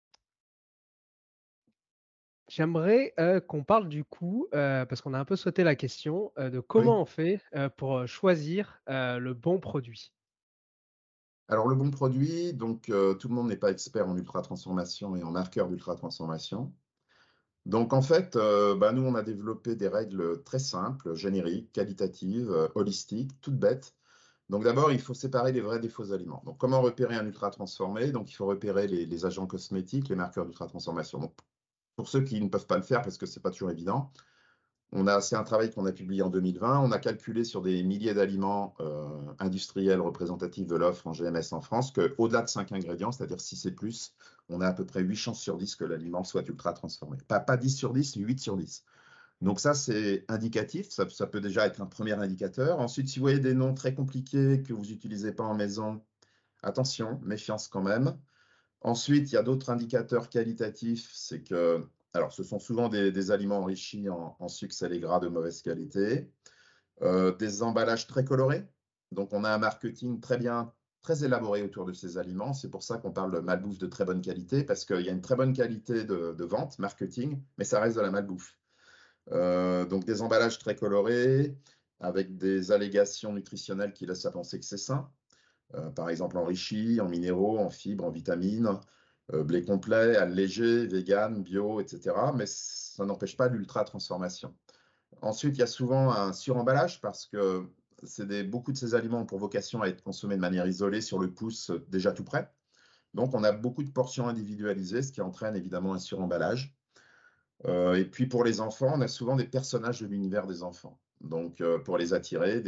E: J'aimerais, qu'on parle du coup, parce qu'on a un peu sauté la question, de
F: Oui.
E: comment on fait, pour, choisir, le bon produit?
F: Alors le bon produit, donc tout le monde n'est pas expert en ultra-transformation et en marqueurs d'ultra-transformation. Donc en fait, nous, on a développé des règles très simples, génériques, qualitatives, holistiques, toutes bêtes. Donc d'abord, il faut séparer les vrais des faux aliments. Donc comment repérer un ultra transformé? Donc il faut repérer les agents cosmétiques, les marqueurs d'ultra transformation. Donc pour ceux qui ne peuvent pas le faire parce que c'est pas toujours évident, c'est un travail qu'on a publié en 2020. On a calculé sur des milliers d'aliments industriels représentatifs de l'offre en GMS en France qu'au-delà de 5 ingrédients, c'est-à-dire 6 et plus, on a à peu près 8 chances sur 10 que l'aliment soit ultra transformé. Pas 10 sur 10, mais 8 sur 10. Donc ça, c'est indicatif, ça peut déjà être un premier indicateur. Ensuite, si vous voyez des noms très compliqués que vous n'utilisez pas en maison, attention, méfiance quand même. Ensuite, il y a d'autres indicateurs qualitatifs, c'est que Alors, ce sont souvent des aliments enrichis en sucres salés gras de mauvaise qualité, des emballages très colorés. Donc, on a un marketing très élaboré autour de ces aliments. C'est pour ça qu'on parle de malbouffe de très bonne qualité, parce qu'il y a une très bonne qualité de vente, marketing, mais ça reste de la malbouffe. Donc, des emballages très colorés, avec des allégations nutritionnelles qui laissent à penser que c'est sain. Par exemple, enrichi en minéraux, en fibres, en vitamines, blé complet, allégé, vegan, bio, etc. Mais ça n'empêche pas l'ultra-transformation. Ensuite, il y a souvent un suremballage parce que beaucoup de ces aliments ont pour vocation à être consommés de manière isolée sur le pouce déjà tout prêt. Donc, on a beaucoup de portions individualisées, ce qui entraîne évidemment un suremballage. Et puis, pour les enfants, on a souvent des personnages de l'univers des enfants. Donc, pour les attirer,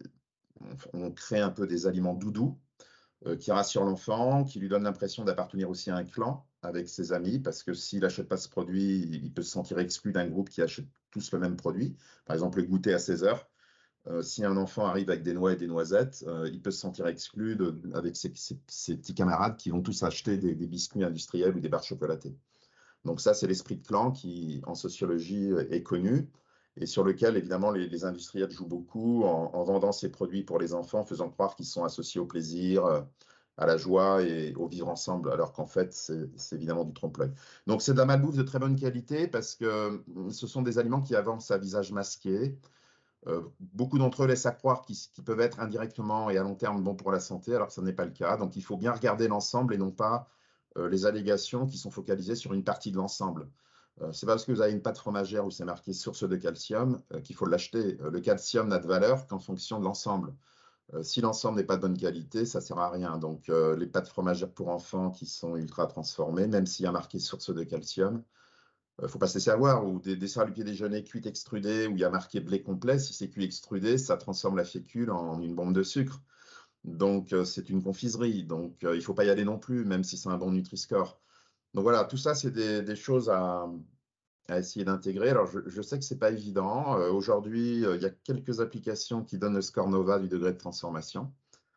F: on crée un peu des aliments doudous qui rassurent l'enfant, qui lui donnent l'impression d'appartenir aussi à un clan avec ses amis, parce que s'il n'achète pas ce produit, il peut se sentir exclu d'un groupe qui achète tous le même produit. Par exemple, le goûter à 16h. Si un enfant arrive avec des noix et des noisettes, il peut se sentir exclu avec ses petits camarades qui vont tous acheter des biscuits industriels ou des barres chocolatées. Donc ça, c'est l'esprit de clan qui, en sociologie, est connu et sur lequel, évidemment, les industriels jouent beaucoup en vendant ces produits pour les enfants, faisant croire qu'ils sont associés au plaisir, à la joie et au vivre ensemble, alors qu'en fait, c'est évidemment du trompe-l'œil. Donc, c'est de la malbouffe de très bonne qualité parce que ce sont des aliments qui avancent à visage masqué. Beaucoup d'entre eux laissent à croire qu'ils peuvent être indirectement et à long terme bons pour la santé, alors que ce n'est pas le cas. Donc, il faut bien regarder l'ensemble et non pas les allégations qui sont focalisées sur une partie de l'ensemble. C'est pas parce que vous avez une pâte fromagère où c'est marqué source de calcium qu'il faut l'acheter. Le calcium n'a de valeur qu'en fonction de l'ensemble. Si l'ensemble n'est pas de bonne qualité, ça ne sert à rien. Donc, les pâtes fromagères pour enfants qui sont ultra transformées, même s'il y a marqué source de calcium, il ne faut pas se laisser avoir. Ou des desserts du petit déjeuner cuits extrudés où il y a marqué blé complet, si c'est cuit extrudé, ça transforme la fécule en une bombe de sucre. Donc, c'est une confiserie. Donc, il ne faut pas y aller non plus, même si c'est un bon Nutri-Score. Donc voilà, tout ça, c'est des choses à essayer d'intégrer. Alors, je sais que ce n'est pas évident. Aujourd'hui, il y a quelques applications qui donnent le score Nova du degré de transformation.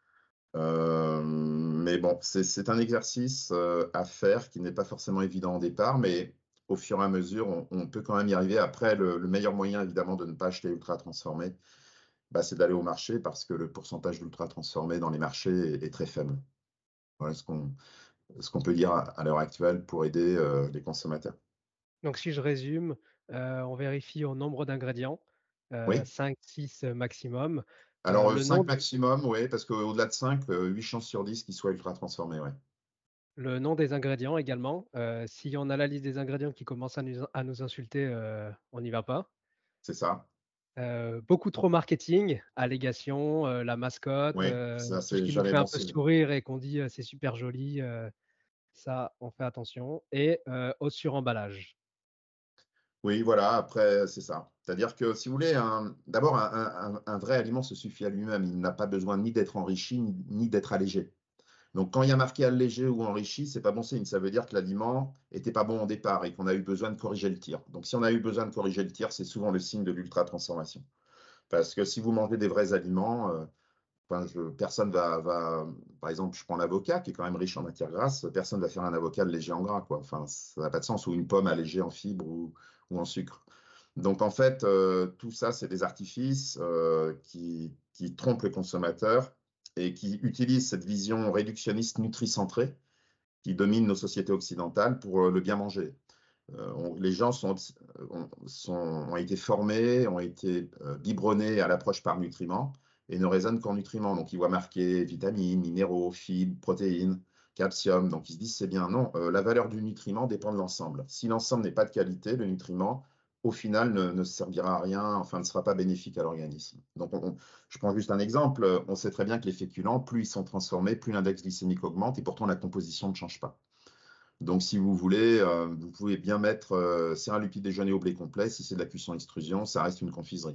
F: Mais bon, c'est un exercice à faire qui n'est pas forcément évident au départ, mais au fur et à mesure, on peut quand même y arriver. Après, le meilleur moyen, évidemment, de ne pas acheter ultra transformé, c'est d'aller au marché parce que le pourcentage d'ultra transformé dans les marchés est très faible. Voilà ce qu'on peut dire à l'heure actuelle pour aider les consommateurs.
E: Donc, si je résume, on vérifie au nombre d'ingrédients,
F: Oui.
E: 5-6 maximum.
F: Alors,
E: le
F: 5
E: nom,
F: maximum, oui, parce qu'au-delà de 5, 8 chances sur 10 qu'ils soient ultra transformés, ouais.
E: le nom des ingrédients également. Si on a la liste des ingrédients qui commence à nous insulter, on n'y va pas.
F: C'est ça.
E: Beaucoup trop marketing, allégations, la mascotte,
F: Oui, ça,
E: tout ce qui nous
F: j'allais
E: fait un peu
F: mentionner.
E: sourire et qu'on dit c'est super joli, ça, on fait attention. Et au suremballage.
F: Oui, voilà, après, c'est ça. C'est-à-dire que si vous voulez, d'abord, un vrai aliment se suffit à lui-même. Il n'a pas besoin ni d'être enrichi, ni d'être allégé. Donc, quand il y a marqué allégé ou enrichi, c'est pas bon signe. Ça veut dire que l'aliment n'était pas bon au départ et qu'on a eu besoin de corriger le tir. Donc, si on a eu besoin de corriger le tir, c'est souvent le signe de l'ultra-transformation. Parce que si vous mangez des vrais aliments, personne va, par exemple, je prends l'avocat qui est quand même riche en matière grasse, personne ne va faire un avocat léger en gras, quoi. Enfin, ça n'a pas de sens, ou une pomme allégée en fibres ou en sucre. Donc, en fait, tout ça, c'est des artifices qui trompent le consommateur et qui utilisent cette vision réductionniste nutricentrée qui domine nos sociétés occidentales pour le bien manger. Les gens ont été formés, ont été biberonnés à l'approche par nutriments et ne raisonnent qu'en nutriments. Donc, ils voient marqué vitamines, minéraux, fibres, protéines, calcium. Donc, ils se disent c'est bien. Non, la valeur du nutriment dépend de l'ensemble. Si l'ensemble n'est pas de qualité, le nutriment, au final, ne servira à rien, enfin, ne sera pas bénéfique à l'organisme. Donc, je prends juste un exemple. On sait très bien que les féculents, plus ils sont transformés, plus l'index glycémique augmente et pourtant la composition ne change pas. Donc, si vous voulez, vous pouvez bien mettre c'est un petit déjeuner au blé complet. Si c'est de la cuisson extrusion, ça reste une confiserie.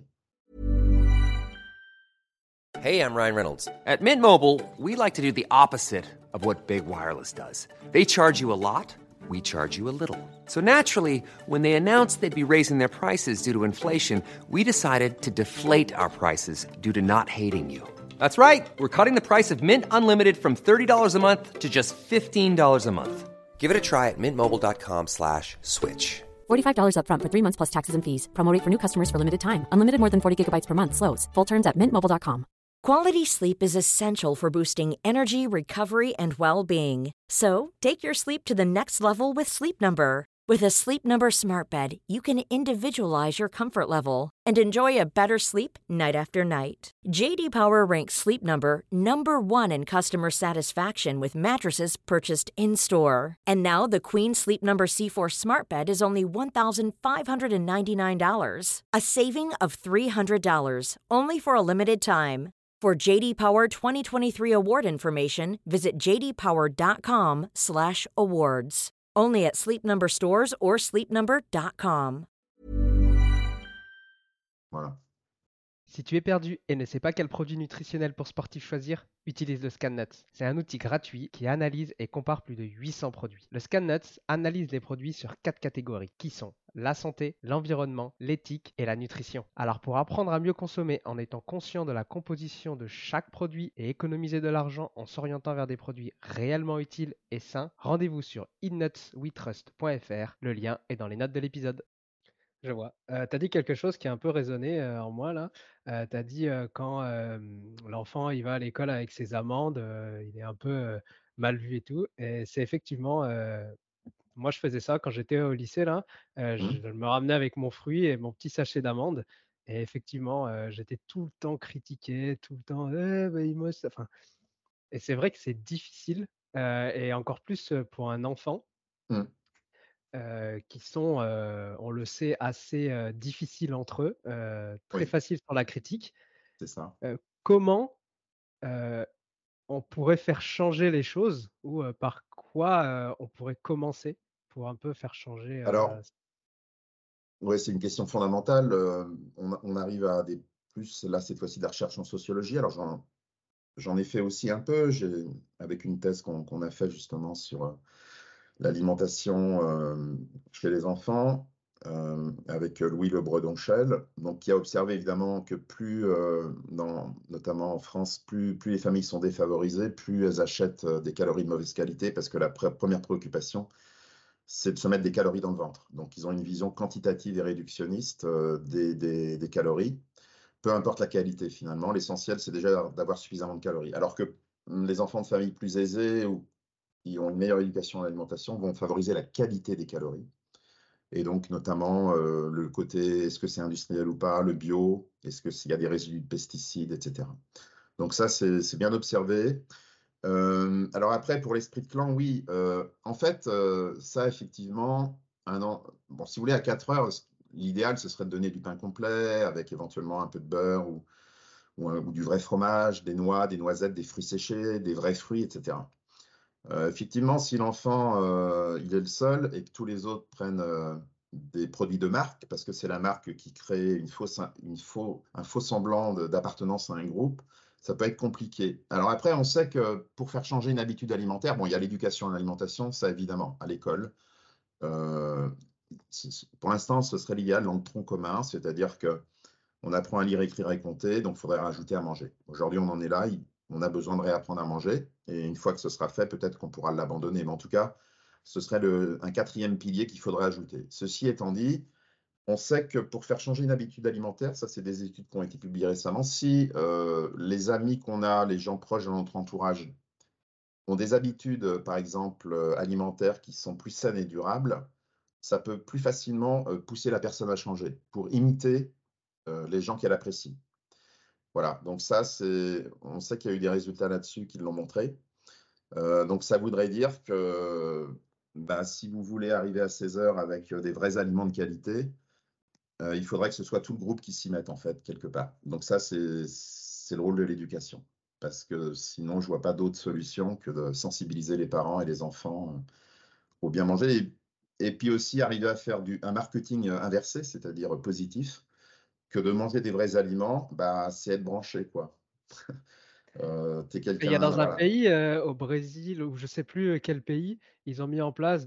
G: Hey, I'm Ryan Reynolds. At Mint Mobile, we like to do the opposite of what Big Wireless does. They charge you a lot, we charge you a little. So naturally, when they announced they'd be raising their prices due to inflation, we decided to deflate our prices due to not hating you. That's right. We're cutting the price of Mint Unlimited from $30 a month to just $15 a month. Give it a try at mintmobile.com/switch.
H: $45 upfront for 3 months plus taxes and fees. Promo rate for new customers for limited time. Unlimited more than 40 gigabytes per month slows. Full terms at mintmobile.com.
A: Quality sleep is essential for boosting energy, recovery, and well-being. So, take your sleep to the next level with Sleep Number. With a Sleep Number smart bed, you can individualize your comfort level and enjoy a better sleep night after night. JD Power ranks Sleep Number number 1 in customer satisfaction with mattresses purchased in-store. And now the Queen Sleep Number C4 smart bed is only $1,599, a saving of $300, only for a limited time. For JD Power 2023 award information, visit jdpower.com/awards. Only at Sleep Number stores or sleepnumber.com.
F: Voilà.
E: Si tu es perdu et ne sais pas quel produit nutritionnel pour sportif choisir, utilise le ScanNuts. C'est un outil gratuit qui analyse et compare plus de 800 produits. Le ScanNuts analyse les produits sur 4 catégories qui sont la santé, l'environnement, l'éthique et la nutrition. Alors pour apprendre à mieux consommer en étant conscient de la composition de chaque produit et économiser de l'argent en s'orientant vers des produits réellement utiles et sains, rendez-vous sur eatnutswetrust.fr. Le lien est dans les notes de l'épisode. Je vois. Tu as dit quelque chose qui a un peu résonné en moi là. Tu as dit quand l'enfant il va à l'école avec ses amendes, il est un peu mal vu et tout. Et c'est effectivement, moi je faisais ça quand j'étais au lycée là.
F: Mmh.
E: Je me ramenais avec mon fruit et mon petit sachet d'amandes. Et effectivement, j'étais tout le temps critiqué, tout le temps, bah, enfin, et c'est vrai que c'est difficile et encore plus pour un enfant
F: Mmh.
E: qui sont, on le sait, assez, difficiles entre eux, très
F: Oui,
E: faciles sur la critique.
F: c'est ça.
E: Comment, heu, on pourrait faire changer les choses ou, par quoi, on pourrait commencer pour un peu faire changer,
F: Alors, ouais, c'est une question fondamentale. On arrive à des plus là, cette fois-ci, de la recherche en sociologie. Alors j'en ai fait aussi un peu. Avec une thèse qu'on a fait justement sur, l'alimentation, chez les enfants, avec, Louis Le Bredoncel, donc qui a observé évidemment que plus, notamment en France, plus les familles sont défavorisées, plus elles achètent, des calories de mauvaise qualité parce que la première préoccupation, c'est de se mettre des calories dans le ventre. Donc ils ont une vision quantitative et réductionniste, des calories, peu importe la qualité finalement. L'essentiel, c'est déjà d'avoir suffisamment de calories. Alors que, les enfants de familles plus aisées ou qui ont une meilleure éducation à l'alimentation vont favoriser la qualité des calories et donc notamment, le côté est-ce que c'est industriel ou pas, le bio, est-ce que s'il y a des résidus de pesticides et cetera. Donc ça, c'est bien observé. Alors après pour l'esprit de clan, oui, en fait, ça effectivement, bon, si vous voulez à 4 heures, l'idéal ce serait de donner du pain complet avec éventuellement un peu de beurre ou du vrai fromage, des noix, des noisettes, des fruits séchés, des vrais fruits et cetera. Effectivement, si l'enfant, il est le seul et que tous les autres prennent, des produits de marque, parce que c'est la marque qui crée un faux semblant d'appartenance à un groupe, ça peut être compliqué. Alors après, on sait que pour faire changer une habitude alimentaire, bon, il y a l'éducation à l'alimentation, ça évidemment, à l'école. Heu, pour l'instant, ce serait l'idéal dans le tronc commun, c'est-à-dire qu'on apprend à lire, écrire et compter, donc il faudrait rajouter à manger. Aujourd'hui, on en est là, on a besoin de réapprendre à manger et une fois que ce sera fait, peut-être qu'on pourra l'abandonner. Mais en tout cas, ce serait un 4e pilier qu'il faudrait ajouter. Ceci étant dit, on sait que pour faire changer une habitude alimentaire, ça c'est des études qui ont été publiées récemment, si, les amis qu'on a, les gens proches de notre entourage ont des habitudes, par exemple, alimentaires qui sont plus saines et durables, ça peut plus facilement, pousser la personne à changer pour imiter, les gens qu'elle apprécie. Voilà, donc ça, on sait qu'il y a eu des résultats là-dessus qui l'ont montré. Donc ça voudrait dire que, bah, si vous voulez arriver à 16 heures avec, des vrais aliments de qualité, il faudrait que ce soit tout le groupe qui s'y mette en fait, quelque part. Donc ça, c'est le rôle de l'éducation. Parce que sinon, je vois pas d'autre solution que de sensibiliser les parents et les enfants, au bien manger et puis aussi arriver à faire un marketing, inversé, c'est-à-dire positif, que de manger des vrais aliments, bah, c'est être branché, quoi. Tu es
E: il y a
F: quelqu'un,
E: dans un
F: voilà.
E: pays, au Brésil ou je sais plus, quel pays, ils ont mis en place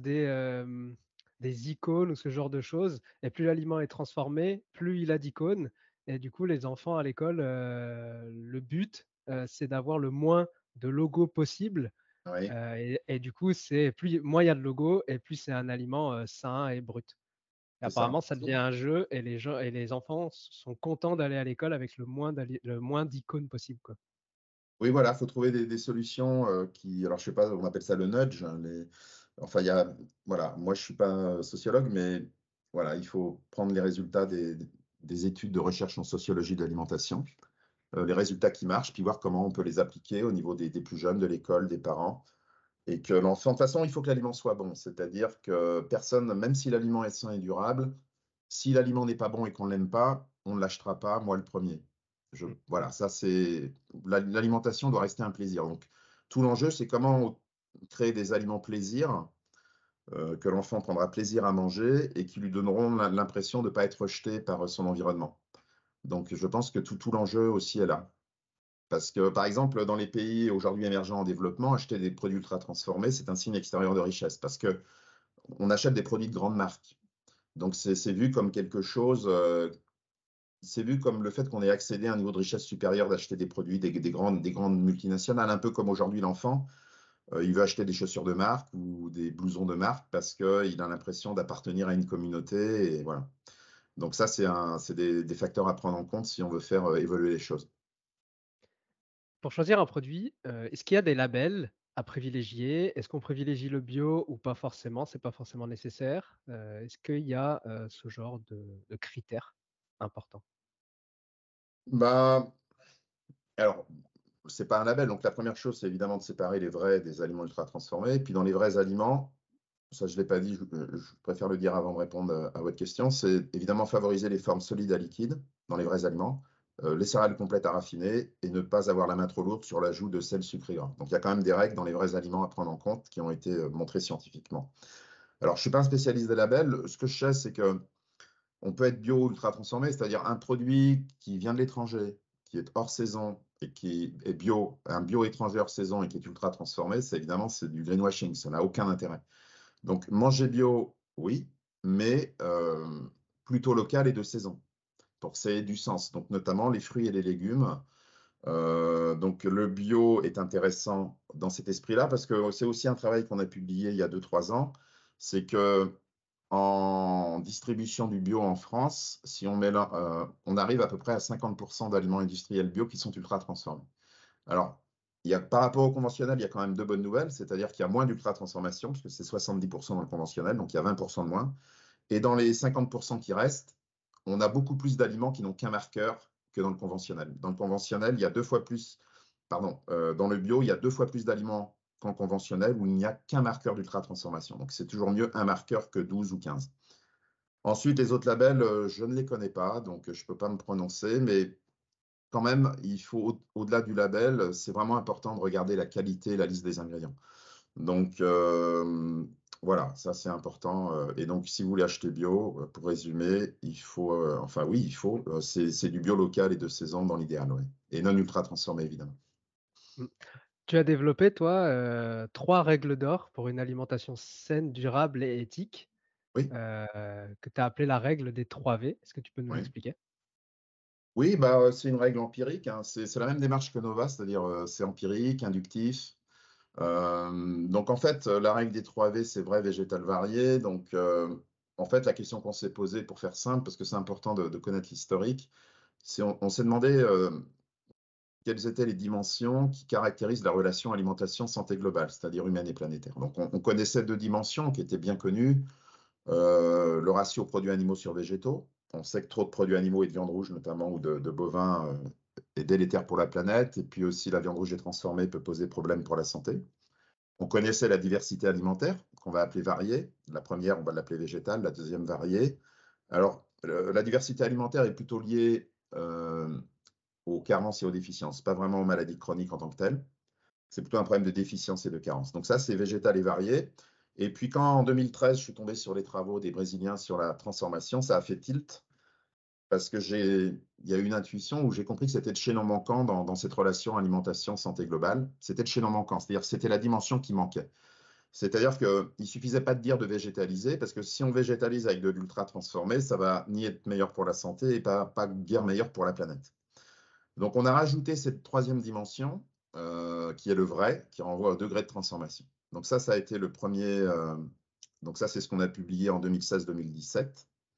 E: des icônes ou ce genre de choses et plus l'aliment est transformé, plus il a d'icônes et du coup les enfants à l'école, le but, c'est d'avoir le moins de logos possible,
F: Oui.
E: et du coup c'est moins il y a de logos et plus c'est un aliment, sain et brut. Et
F: C'est ça.
E: apparemment, ça devient un jeu et les gens et les enfants sont contents d'aller à l'école avec le moins d'icônes possible, quoi.
F: Oui, voilà, il faut trouver des solutions qui, alors je sais pas, on appelle ça le nudge, hein, enfin, voilà, moi je suis pas sociologue, mais voilà, il faut prendre les résultats des études de recherche en sociologie de l'alimentation, les résultats qui marchent, puis voir comment on peut les appliquer au niveau des plus jeunes, de l'école, des parents, et que l'enfant, de toute façon, il faut que l'aliment soit bon, c'est-à-dire que personne, même si l'aliment est sain et durable, si l'aliment n'est pas bon et qu'on ne l'aime pas, on ne l'achètera pas, moi le premier.
E: Mmh.
F: Voilà, ça c'est. L'alimentation doit rester un plaisir. Donc, tout l'enjeu, c'est comment créer des aliments plaisir que l'enfant prendra plaisir à manger et qui lui donneront l'impression de ne pas être rejeté par son environnement. Donc, je pense que tout l'enjeu aussi est là. Parce que, par exemple, dans les pays aujourd'hui émergents en développement, acheter des produits ultra transformés, c'est un signe extérieur de richesse parce que on achète des produits de grandes marques. Donc, c'est vu comme quelque chose, c'est vu comme le fait qu'on ait accédé à un niveau de richesse supérieur d'acheter des produits des grandes multinationales, un peu comme aujourd'hui l'enfant, il veut acheter des chaussures de marque ou des blousons de marque parce qu'il a l'impression d'appartenir à une communauté. Et voilà. Donc ça, c'est des facteurs à prendre en compte si on veut faire évoluer les choses.
E: Pour choisir un produit, est-ce qu'il y a des labels à privilégier? Est-ce qu'on privilégie le bio ou pas forcément? C'est pas forcément nécessaire? Est-ce qu'il y a, ce genre de critères importants?
F: Bah, alors, c'est pas un label. Donc la première chose, c'est évidemment de séparer les vrais des aliments ultra transformés. Et puis dans les vrais aliments, ça je ne l'ai pas dit, je préfère le dire avant de répondre à votre question, c'est évidemment favoriser les formes solides à liquides dans les vrais aliments, les céréales complètes à raffiner et ne pas avoir la main trop lourde sur l'ajout de sel, sucre et gras. Donc il y a quand même des règles dans les vrais aliments à prendre en compte qui ont été montrées scientifiquement. Alors je ne suis pas un spécialiste des labels, ce que je sais c'est que on peut être bio ou ultra transformé, c'est-à-dire un produit qui vient de l'étranger, qui est hors saison et qui est bio, un bio étranger hors saison et qui est ultra transformé, c'est évidemment c'est du greenwashing, ça n'a aucun intérêt. Donc, manger bio, oui, mais plutôt local et de saison, pour que ça ait du sens. Donc, notamment les fruits et les légumes. Donc, le bio est intéressant dans cet esprit-là, parce que c'est aussi un travail qu'on a publié il y a 2-3 ans. C'est que en distribution du bio en France, si on arrive à peu près à 50% d'aliments industriels bio qui sont ultra transformés. Alors, par rapport au conventionnel, il y a quand même deux bonnes nouvelles, c'est-à-dire qu'il y a moins d'ultra-transformation, puisque c'est 70% dans le conventionnel, donc il y a 20% de moins. Et dans les 50% qui restent, on a beaucoup plus d'aliments qui n'ont qu'un marqueur que dans le conventionnel. Dans le conventionnel, il y a dans le bio, il y a 2 fois plus d'aliments qu'en conventionnel où il n'y a qu'un marqueur d'ultra-transformation. Donc c'est toujours mieux un marqueur que 12 ou 15. Ensuite, les autres labels, je ne les connais pas, donc je ne peux pas me prononcer, mais quand même, il faut, au-delà du label, c'est vraiment important de regarder la qualité et la liste des ingrédients. Donc, voilà, ça c'est important. Et donc, si vous voulez acheter bio, pour résumer, il faut, enfin oui, il faut, c'est du bio local et de saison dans l'idéal, ouais. Et non ultra transformé, évidemment.
E: Mmh. Tu as développé toi, 3 règles d'or pour une alimentation saine, durable et éthique,
F: Oui,
E: que tu as appelé la règle des 3 V. Est-ce que tu peux nous
F: oui.
E: expliquer?
F: Oui, bah, c'est une règle empirique, hein. C'est la même démarche que Nova, c'est-à-dire c'est empirique, inductif. Donc en fait, la règle des 3 V, c'est vrai, végétal, varié. Donc en fait, la question qu'on s'est posée, pour faire simple, parce que c'est important de connaître l'historique, c'est on s'est demandé quelles étaient les dimensions qui caractérisent la relation alimentation-santé globale, c'est-à-dire humaine et planétaire. Donc on connaissait 2 dimensions qui étaient bien connues, le ratio produits animaux sur végétaux. On sait que trop de produits animaux et de viande rouge notamment, ou de bovins, est délétère pour la planète. Et puis aussi, la viande rouge est transformée peut poser problème pour la santé. On connaissait la diversité alimentaire, qu'on va appeler variée. La première, on va l'appeler végétale, la deuxième variée. Alors, la diversité alimentaire est plutôt liée aux carences et aux déficiences, pas vraiment aux maladies chroniques en tant que telles. C'est plutôt un problème de déficience et de carence. Donc ça, c'est végétal et varié. Et puis quand en 2013, je suis tombé sur les travaux des Brésiliens sur la transformation, ça a fait tilt parce que il y a eu une intuition où j'ai compris que c'était le chaînon manquant dans cette relation alimentation-santé globale. C'était le chaînon manquant, c'est-à-dire que c'était la dimension qui manquait. C'est-à-dire qu'il ne suffisait pas de dire de végétaliser, parce que si on végétalise avec de l'ultra transformé, ça va ni être meilleur pour la santé et pas guère meilleur pour la planète. Donc on a rajouté cette troisième dimension, qui est le vrai, qui renvoie au degré de transformation. Donc ça a été le premier. Donc ça, c'est ce qu'on a publié en 2016-2017.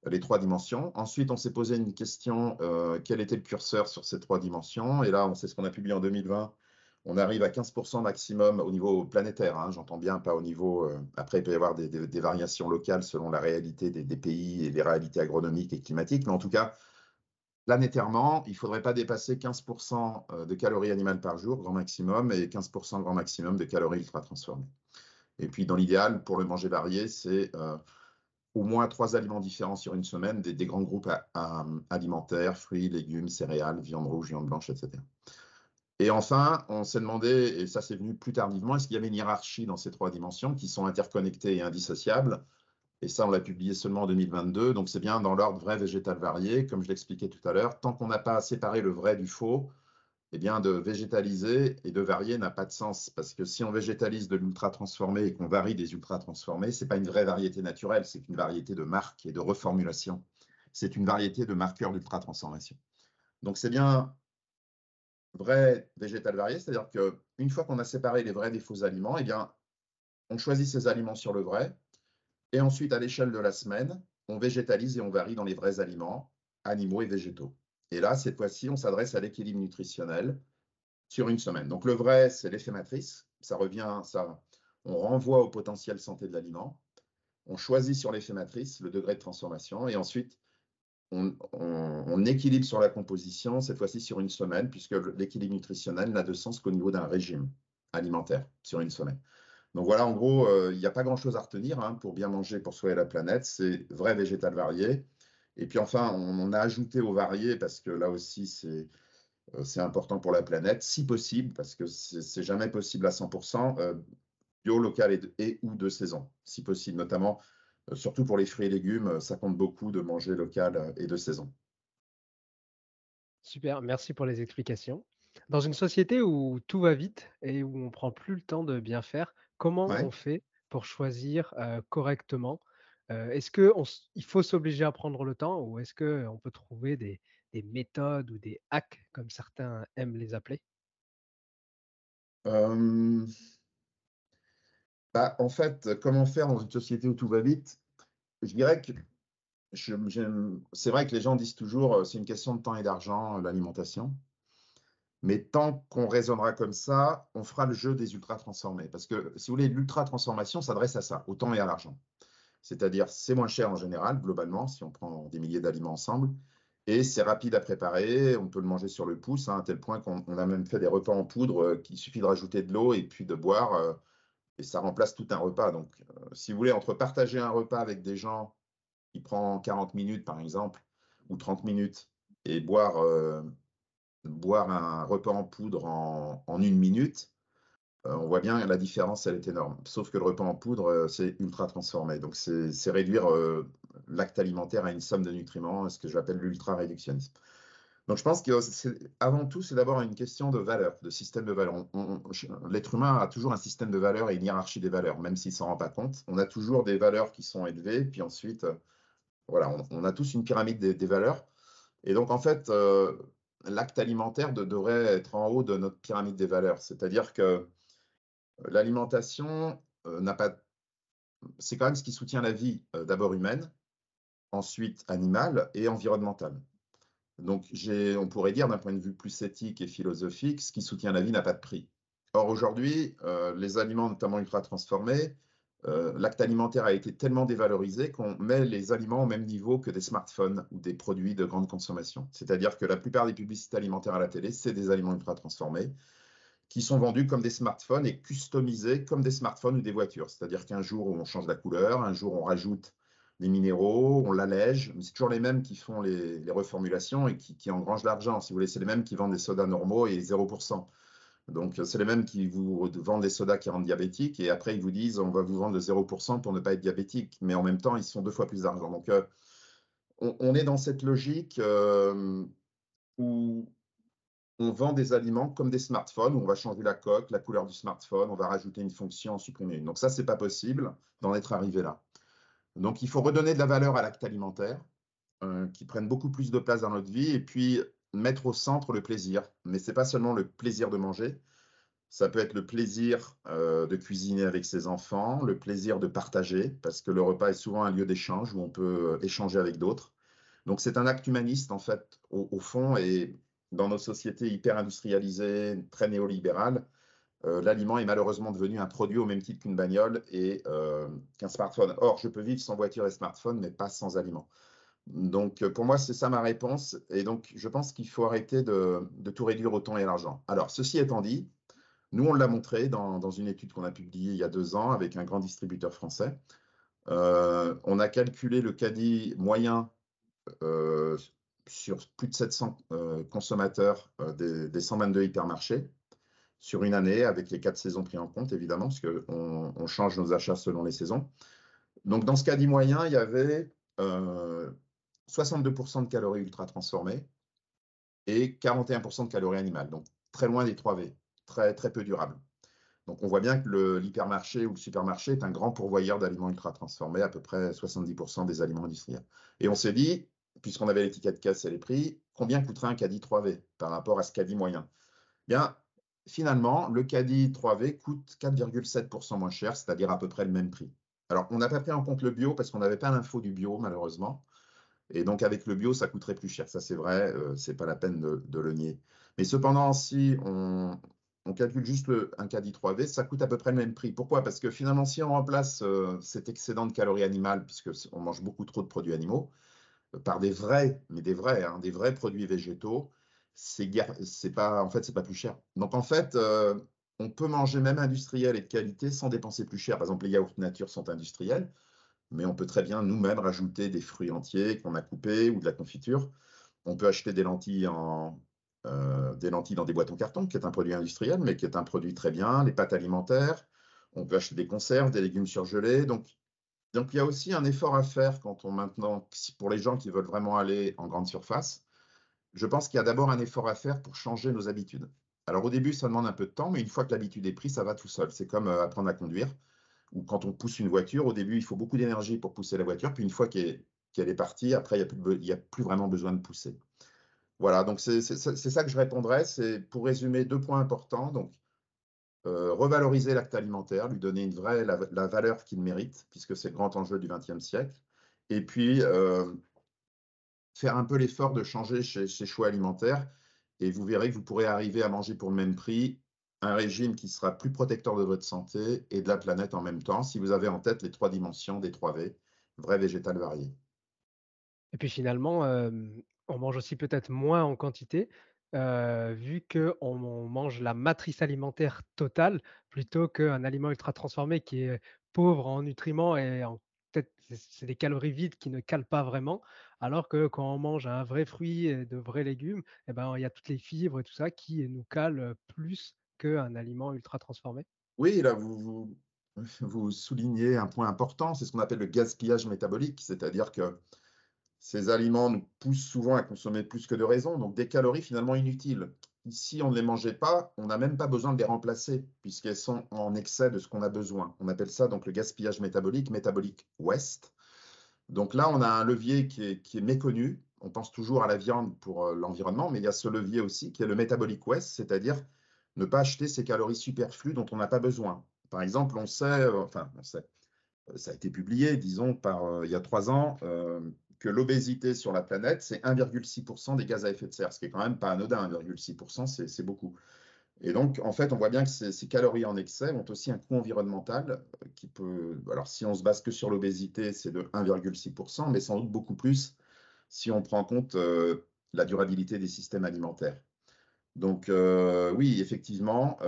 F: les 3 dimensions. Ensuite, on s'est posé une question, quel était le curseur sur ces 3 dimensions? Et là, c'est ce qu'on a publié en 2020. On arrive à 15% maximum au niveau planétaire, hein, j'entends bien, pas au niveau... après, il peut y avoir des variations locales selon la réalité des pays et les réalités agronomiques et climatiques, mais en tout cas, planétairement, il ne faudrait pas dépasser 15% de calories animales par jour, grand maximum, et 15% grand maximum de calories ultra-transformées. Et puis, dans l'idéal, pour le manger varié, c'est au moins 3 aliments différents sur une semaine, des grands groupes alimentaires, fruits, légumes, céréales, viande rouge, viande blanche, etc. Et enfin, on s'est demandé, et ça c'est venu plus tardivement, est-ce qu'il y avait une hiérarchie dans ces 3 dimensions qui sont interconnectées et indissociables? Et ça, on l'a publié seulement en 2022, donc c'est bien dans l'ordre vrai, végétal, varié, comme je l'expliquais tout à l'heure. Tant qu'on n'a pas séparé le vrai du faux, eh bien, de végétaliser et de varier n'a pas de sens, parce que si on végétalise de l'ultra-transformé et qu'on varie des ultra-transformés, ce n'est pas une vraie variété naturelle, c'est une variété de marque et de reformulation. C'est une variété de marqueurs d'ultra-transformation. Donc, c'est bien vrai, végétal, varié, c'est-à-dire qu'une fois qu'on a séparé les vrais des faux aliments, eh bien, on choisit ces aliments sur le vrai, et ensuite, à l'échelle de la semaine, on végétalise et on varie dans les vrais aliments, animaux et végétaux. Et là, cette fois-ci, on s'adresse à l'équilibre nutritionnel sur une semaine. Donc, le vrai, c'est l'effet matrice. On renvoie au potentiel santé de l'aliment. On choisit sur l'effet matrice le degré de transformation. Et ensuite, on équilibre sur la composition, cette fois-ci sur une semaine, puisque l'équilibre nutritionnel n'a de sens qu'au niveau d'un régime alimentaire sur une semaine. Donc voilà, en gros, il n'y a pas grand-chose à retenir hein, pour bien manger, pour soigner la planète. C'est vrai, végétal, varié. Et puis enfin, on a ajouté au varié, parce que là aussi, c'est important pour la planète, si possible, parce que c'est jamais possible à 100%, bio, local et ou de saison, si possible, notamment, surtout pour les fruits et légumes, ça compte beaucoup de manger local et de saison.
E: Super, merci pour les explications. Dans une société où tout va vite et où on prend plus le temps de bien faire, comment
F: Ouais.
E: on fait pour choisir correctement? Est-ce qu'il faut s'obliger à prendre le temps ou est-ce qu'on peut trouver des méthodes ou des hacks, comme certains aiment les appeler?
F: Euh, en fait, comment faire dans une société où tout va vite? Je dirais que c'est vrai que les gens disent toujours c'est une question de temps et d'argent, l'alimentation. Mais tant qu'on raisonnera comme ça, on fera le jeu des ultra-transformés. Parce que, si vous voulez, l'ultra-transformation s'adresse à ça, au temps et à l'argent. C'est-à-dire, c'est moins cher en général, globalement, si on prend des milliers d'aliments ensemble. Et c'est rapide à préparer, on peut le manger sur le pouce, hein, à tel point qu'on a même fait des repas en poudre qu'il suffit de rajouter de l'eau et puis de boire, et ça remplace tout un repas. Donc, si vous voulez, entre partager un repas avec des gens qui prend 40 minutes, par exemple, ou 30 minutes, et boire un repas en poudre en 1 minute, on voit bien la différence, elle est énorme. Sauf que le repas en poudre, c'est ultra transformé. Donc, c'est réduire l'acte alimentaire à une somme de nutriments, ce que j'appelle l'ultra-réductionnisme. Donc, je pense que avant tout, c'est d'abord une question de valeur, de système de valeurs. L'être humain a toujours un système de valeurs et une hiérarchie des valeurs, même s'il ne s'en rend pas compte. On a toujours des valeurs qui sont élevées, puis ensuite, voilà, on a tous une pyramide des valeurs. Et donc, en fait, l'acte alimentaire devrait être en haut de notre pyramide des valeurs. C'est-à-dire que l'alimentation c'est quand même ce qui soutient la vie, d'abord humaine, ensuite animale et environnementale. Donc, on pourrait dire d'un point de vue plus éthique et philosophique, ce qui soutient la vie n'a pas de prix. Or, aujourd'hui, les aliments, notamment ultra transformés, l'acte alimentaire a été tellement dévalorisé qu'on met les aliments au même niveau que des smartphones ou des produits de grande consommation. C'est-à-dire que la plupart des publicités alimentaires à la télé, c'est des aliments ultra transformés qui sont vendus comme des smartphones et customisés comme des smartphones ou des voitures. C'est-à-dire qu'un jour, on change la couleur, un jour, on rajoute des minéraux, on l'allège. C'est toujours les mêmes qui font les reformulations et qui engrangent l'argent. Si vous voulez, c'est les mêmes qui vendent des sodas normaux et 0%. Donc, c'est les mêmes qui vous vendent des sodas qui rendent diabétiques et après, ils vous disent on va vous vendre de 0% pour ne pas être diabétique. Mais en même temps, ils sont 2 fois plus d'argent. Donc, on est dans cette logique où on vend des aliments comme des smartphones, où on va changer la coque, la couleur du smartphone, on va rajouter une fonction, en supprimer une. Donc ça, c'est pas possible d'en être arrivé là. Donc, il faut redonner de la valeur à l'acte alimentaire, qui prenne beaucoup plus de place dans notre vie, et puis mettre au centre le plaisir. Mais ce n'est pas seulement le plaisir de manger, Ça peut être le plaisir de cuisiner avec ses enfants, le plaisir de partager, parce que le repas est souvent un lieu d'échange où on peut échanger avec d'autres. Donc c'est un acte humaniste en fait, au fond, et dans nos sociétés hyper industrialisées, très néolibérales, l'aliment est malheureusement devenu un produit au même titre qu'une bagnole et qu'un smartphone. Or, je peux vivre sans voiture et smartphone, mais pas sans aliments. Donc, pour moi, c'est ça ma réponse. Et donc, je pense qu'il faut arrêter de tout réduire au temps et à l'argent. Alors, ceci étant dit, nous, on l'a montré dans une étude qu'on a publiée il y a 2 ans avec un grand distributeur français. On a calculé le caddie moyen euh, sur plus de 700 consommateurs des 122 hypermarchés sur une année, avec les 4 saisons prises en compte, évidemment, parce qu'on change nos achats selon les saisons. Donc, dans ce caddie moyen, il y avait 62% de calories ultra transformées et 41% de calories animales. Donc, très loin des 3V, très, très peu durable. Donc, on voit bien que l'hypermarché ou le supermarché est un grand pourvoyeur d'aliments ultra transformés, à peu près 70% des aliments industriels. Et on s'est dit, puisqu'on avait l'étiquette caisse et les prix, combien coûterait un caddie 3V par rapport à ce caddie moyen? Bien, finalement, le caddie 3V coûte 4,7% moins cher, c'est-à-dire à peu près le même prix. Alors, on n'a pas pris en compte le bio parce qu'on n'avait pas l'info du bio, malheureusement. Et donc, avec le bio, ça coûterait plus cher. Ça, c'est vrai, c'est pas la peine de le nier. Mais cependant, si on calcule juste un caddie 3V, ça coûte à peu près le même prix. Pourquoi? Parce que finalement, si on remplace cet excédent de calories animales, puisque on mange beaucoup trop de produits animaux, par des vrais, mais des vrais, hein, des vrais produits végétaux, c'est pas, en fait, c'est pas plus cher. Donc, en fait, on peut manger même industriel et de qualité sans dépenser plus cher. Par exemple, les yaourts nature sont industriels, mais on peut très bien nous-mêmes rajouter des fruits entiers qu'on a coupés ou de la confiture. On peut acheter des lentilles dans des boîtes en carton, qui est un produit industriel, mais qui est un produit très bien, les pâtes alimentaires. On peut acheter des conserves, des légumes surgelés. Donc, il y a aussi un effort à faire quand on maintenant, pour les gens qui veulent vraiment aller en grande surface. Je pense qu'il y a d'abord un effort à faire pour changer nos habitudes. Alors, au début, ça demande un peu de temps, mais une fois que l'habitude est prise, ça va tout seul. C'est comme apprendre à conduire, ou quand on pousse une voiture, au début, il faut beaucoup d'énergie pour pousser la voiture, puis une fois qu'elle est partie, après, il n'y a plus vraiment besoin de pousser. Voilà, donc c'est ça que je répondrais. C'est pour résumer 2 points importants. Donc, revaloriser l'acte alimentaire, lui donner la valeur qu'il mérite, puisque c'est le grand enjeu du XXe siècle. Et puis, faire un peu l'effort de changer ses choix alimentaires. Et vous verrez que vous pourrez arriver à manger pour le même prix un régime qui sera plus protecteur de votre santé et de la planète en même temps, si vous avez en tête les 3 dimensions des 3V, vrai, végétal, varié.
E: Et puis finalement, on mange aussi peut-être moins en quantité, vu qu'on mange la matrice alimentaire totale plutôt qu'un aliment ultra transformé qui est pauvre en nutriments et en peut-être c'est des calories vides qui ne calent pas vraiment. Alors que quand on mange un vrai fruit et de vrais légumes et ben, il y a toutes les fibres et tout ça qui nous calent, plus qu'un aliment ultra transformé.
F: Oui, là, vous soulignez un point important, c'est ce qu'on appelle le gaspillage métabolique, c'est-à-dire que ces aliments nous poussent souvent à consommer plus que de raison, donc des calories finalement inutiles. Si on ne les mangeait pas, on n'a même pas besoin de les remplacer, puisqu'elles sont en excès de ce qu'on a besoin. On appelle ça donc le gaspillage métabolique, metabolic waste. Donc là, on a un levier qui est méconnu. On pense toujours à la viande pour l'environnement, mais il y a ce levier aussi qui est le metabolic waste, c'est-à-dire ne pas acheter ces calories superflues dont on n'a pas besoin. Par exemple, on sait, ça a été publié, disons, il y a 3 ans, que l'obésité sur la planète, c'est 1,6% des gaz à effet de serre, ce qui est quand même pas anodin, 1,6%, c'est beaucoup. Et donc, en fait, on voit bien que ces calories en excès ont aussi un coût environnemental qui peut. Alors, si on se base que sur l'obésité, c'est de 1,6%, mais sans doute beaucoup plus si on prend en compte la durabilité des systèmes alimentaires. Donc, oui, effectivement,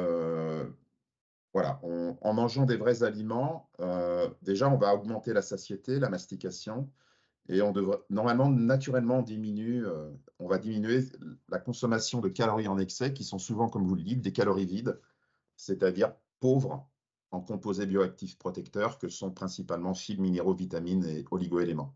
F: voilà, en mangeant des vrais aliments, déjà, on va augmenter la satiété, la mastication, et on devrait, normalement, naturellement, on va diminuer la consommation de calories en excès, qui sont souvent, comme vous le dites, des calories vides, c'est-à-dire pauvres en composés bioactifs protecteurs, que sont principalement fibres, minéraux, vitamines et oligoéléments.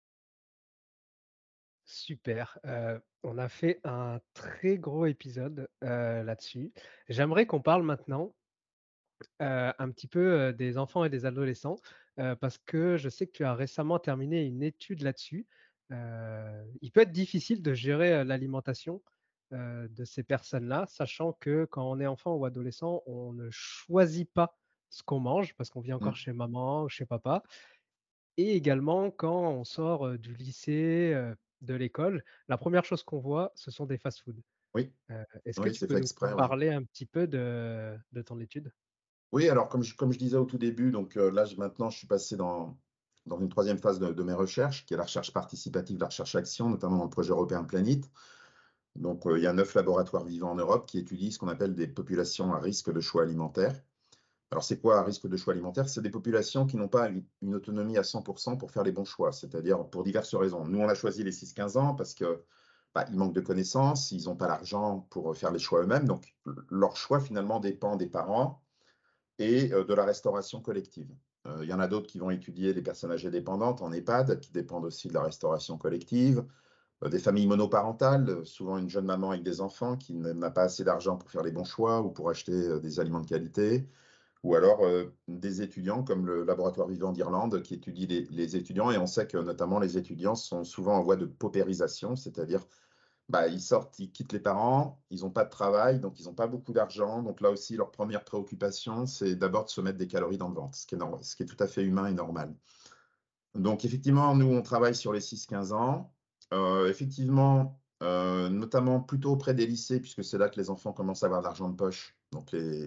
E: Super, on a fait un très gros épisode, là-dessus. J'aimerais qu'on parle maintenant un petit peu, des enfants et des adolescents, parce que je sais que tu as récemment terminé une étude là-dessus. Il peut être difficile de gérer, l'alimentation, de ces personnes-là, sachant que quand on est enfant ou adolescent, on ne choisit pas ce qu'on mange parce qu'on vit encore
F: Mm.
E: chez maman ou chez papa. Et également quand on sort, du lycée, de l'école, la première chose qu'on voit, ce sont des fast-food.
F: Oui,
E: Est-ce que
F: oui,
E: tu
F: c'est
E: peux
F: fait
E: nous
F: exprès, oui.
E: parler un petit peu de ton étude?
F: Oui, alors comme je disais au tout début, donc là maintenant je suis passé dans une troisième phase de mes recherches, qui est la recherche participative, la recherche-action, notamment dans le projet européen Planit. Donc il y a 9 laboratoires vivants en Europe qui étudient ce qu'on appelle des populations à risque de choix alimentaire. Alors c'est quoi à risque de choix alimentaire? C'est des populations qui n'ont pas une autonomie à 100% pour faire les bons choix, c'est-à-dire pour diverses raisons. Nous on a choisi les 6-15 ans parce que ils manquent de connaissances, ils n'ont pas l'argent pour faire les choix eux-mêmes, donc leur choix finalement dépend des parents et de la restauration collective. Il y en a d'autres qui vont étudier les personnes âgées dépendantes en EHPAD, qui dépendent aussi de la restauration collective, des familles monoparentales, souvent une jeune maman avec des enfants qui n'a pas assez d'argent pour faire les bons choix ou pour acheter des aliments de qualité, ou alors des étudiants comme le Laboratoire Vivant d'Irlande qui étudie les étudiants, et on sait que notamment les étudiants sont souvent en voie de paupérisation, c'est-à-dire ils sortent, ils quittent les parents, ils n'ont pas de travail, donc ils n'ont pas beaucoup d'argent. Donc là aussi, leur première préoccupation, c'est d'abord de se mettre des calories dans le ventre, ce qui est tout à fait humain et normal. Donc effectivement, nous, on travaille sur les 6-15 ans. Effectivement, notamment plutôt auprès des lycées, puisque c'est là que les enfants commencent à avoir de l'argent de poche. Donc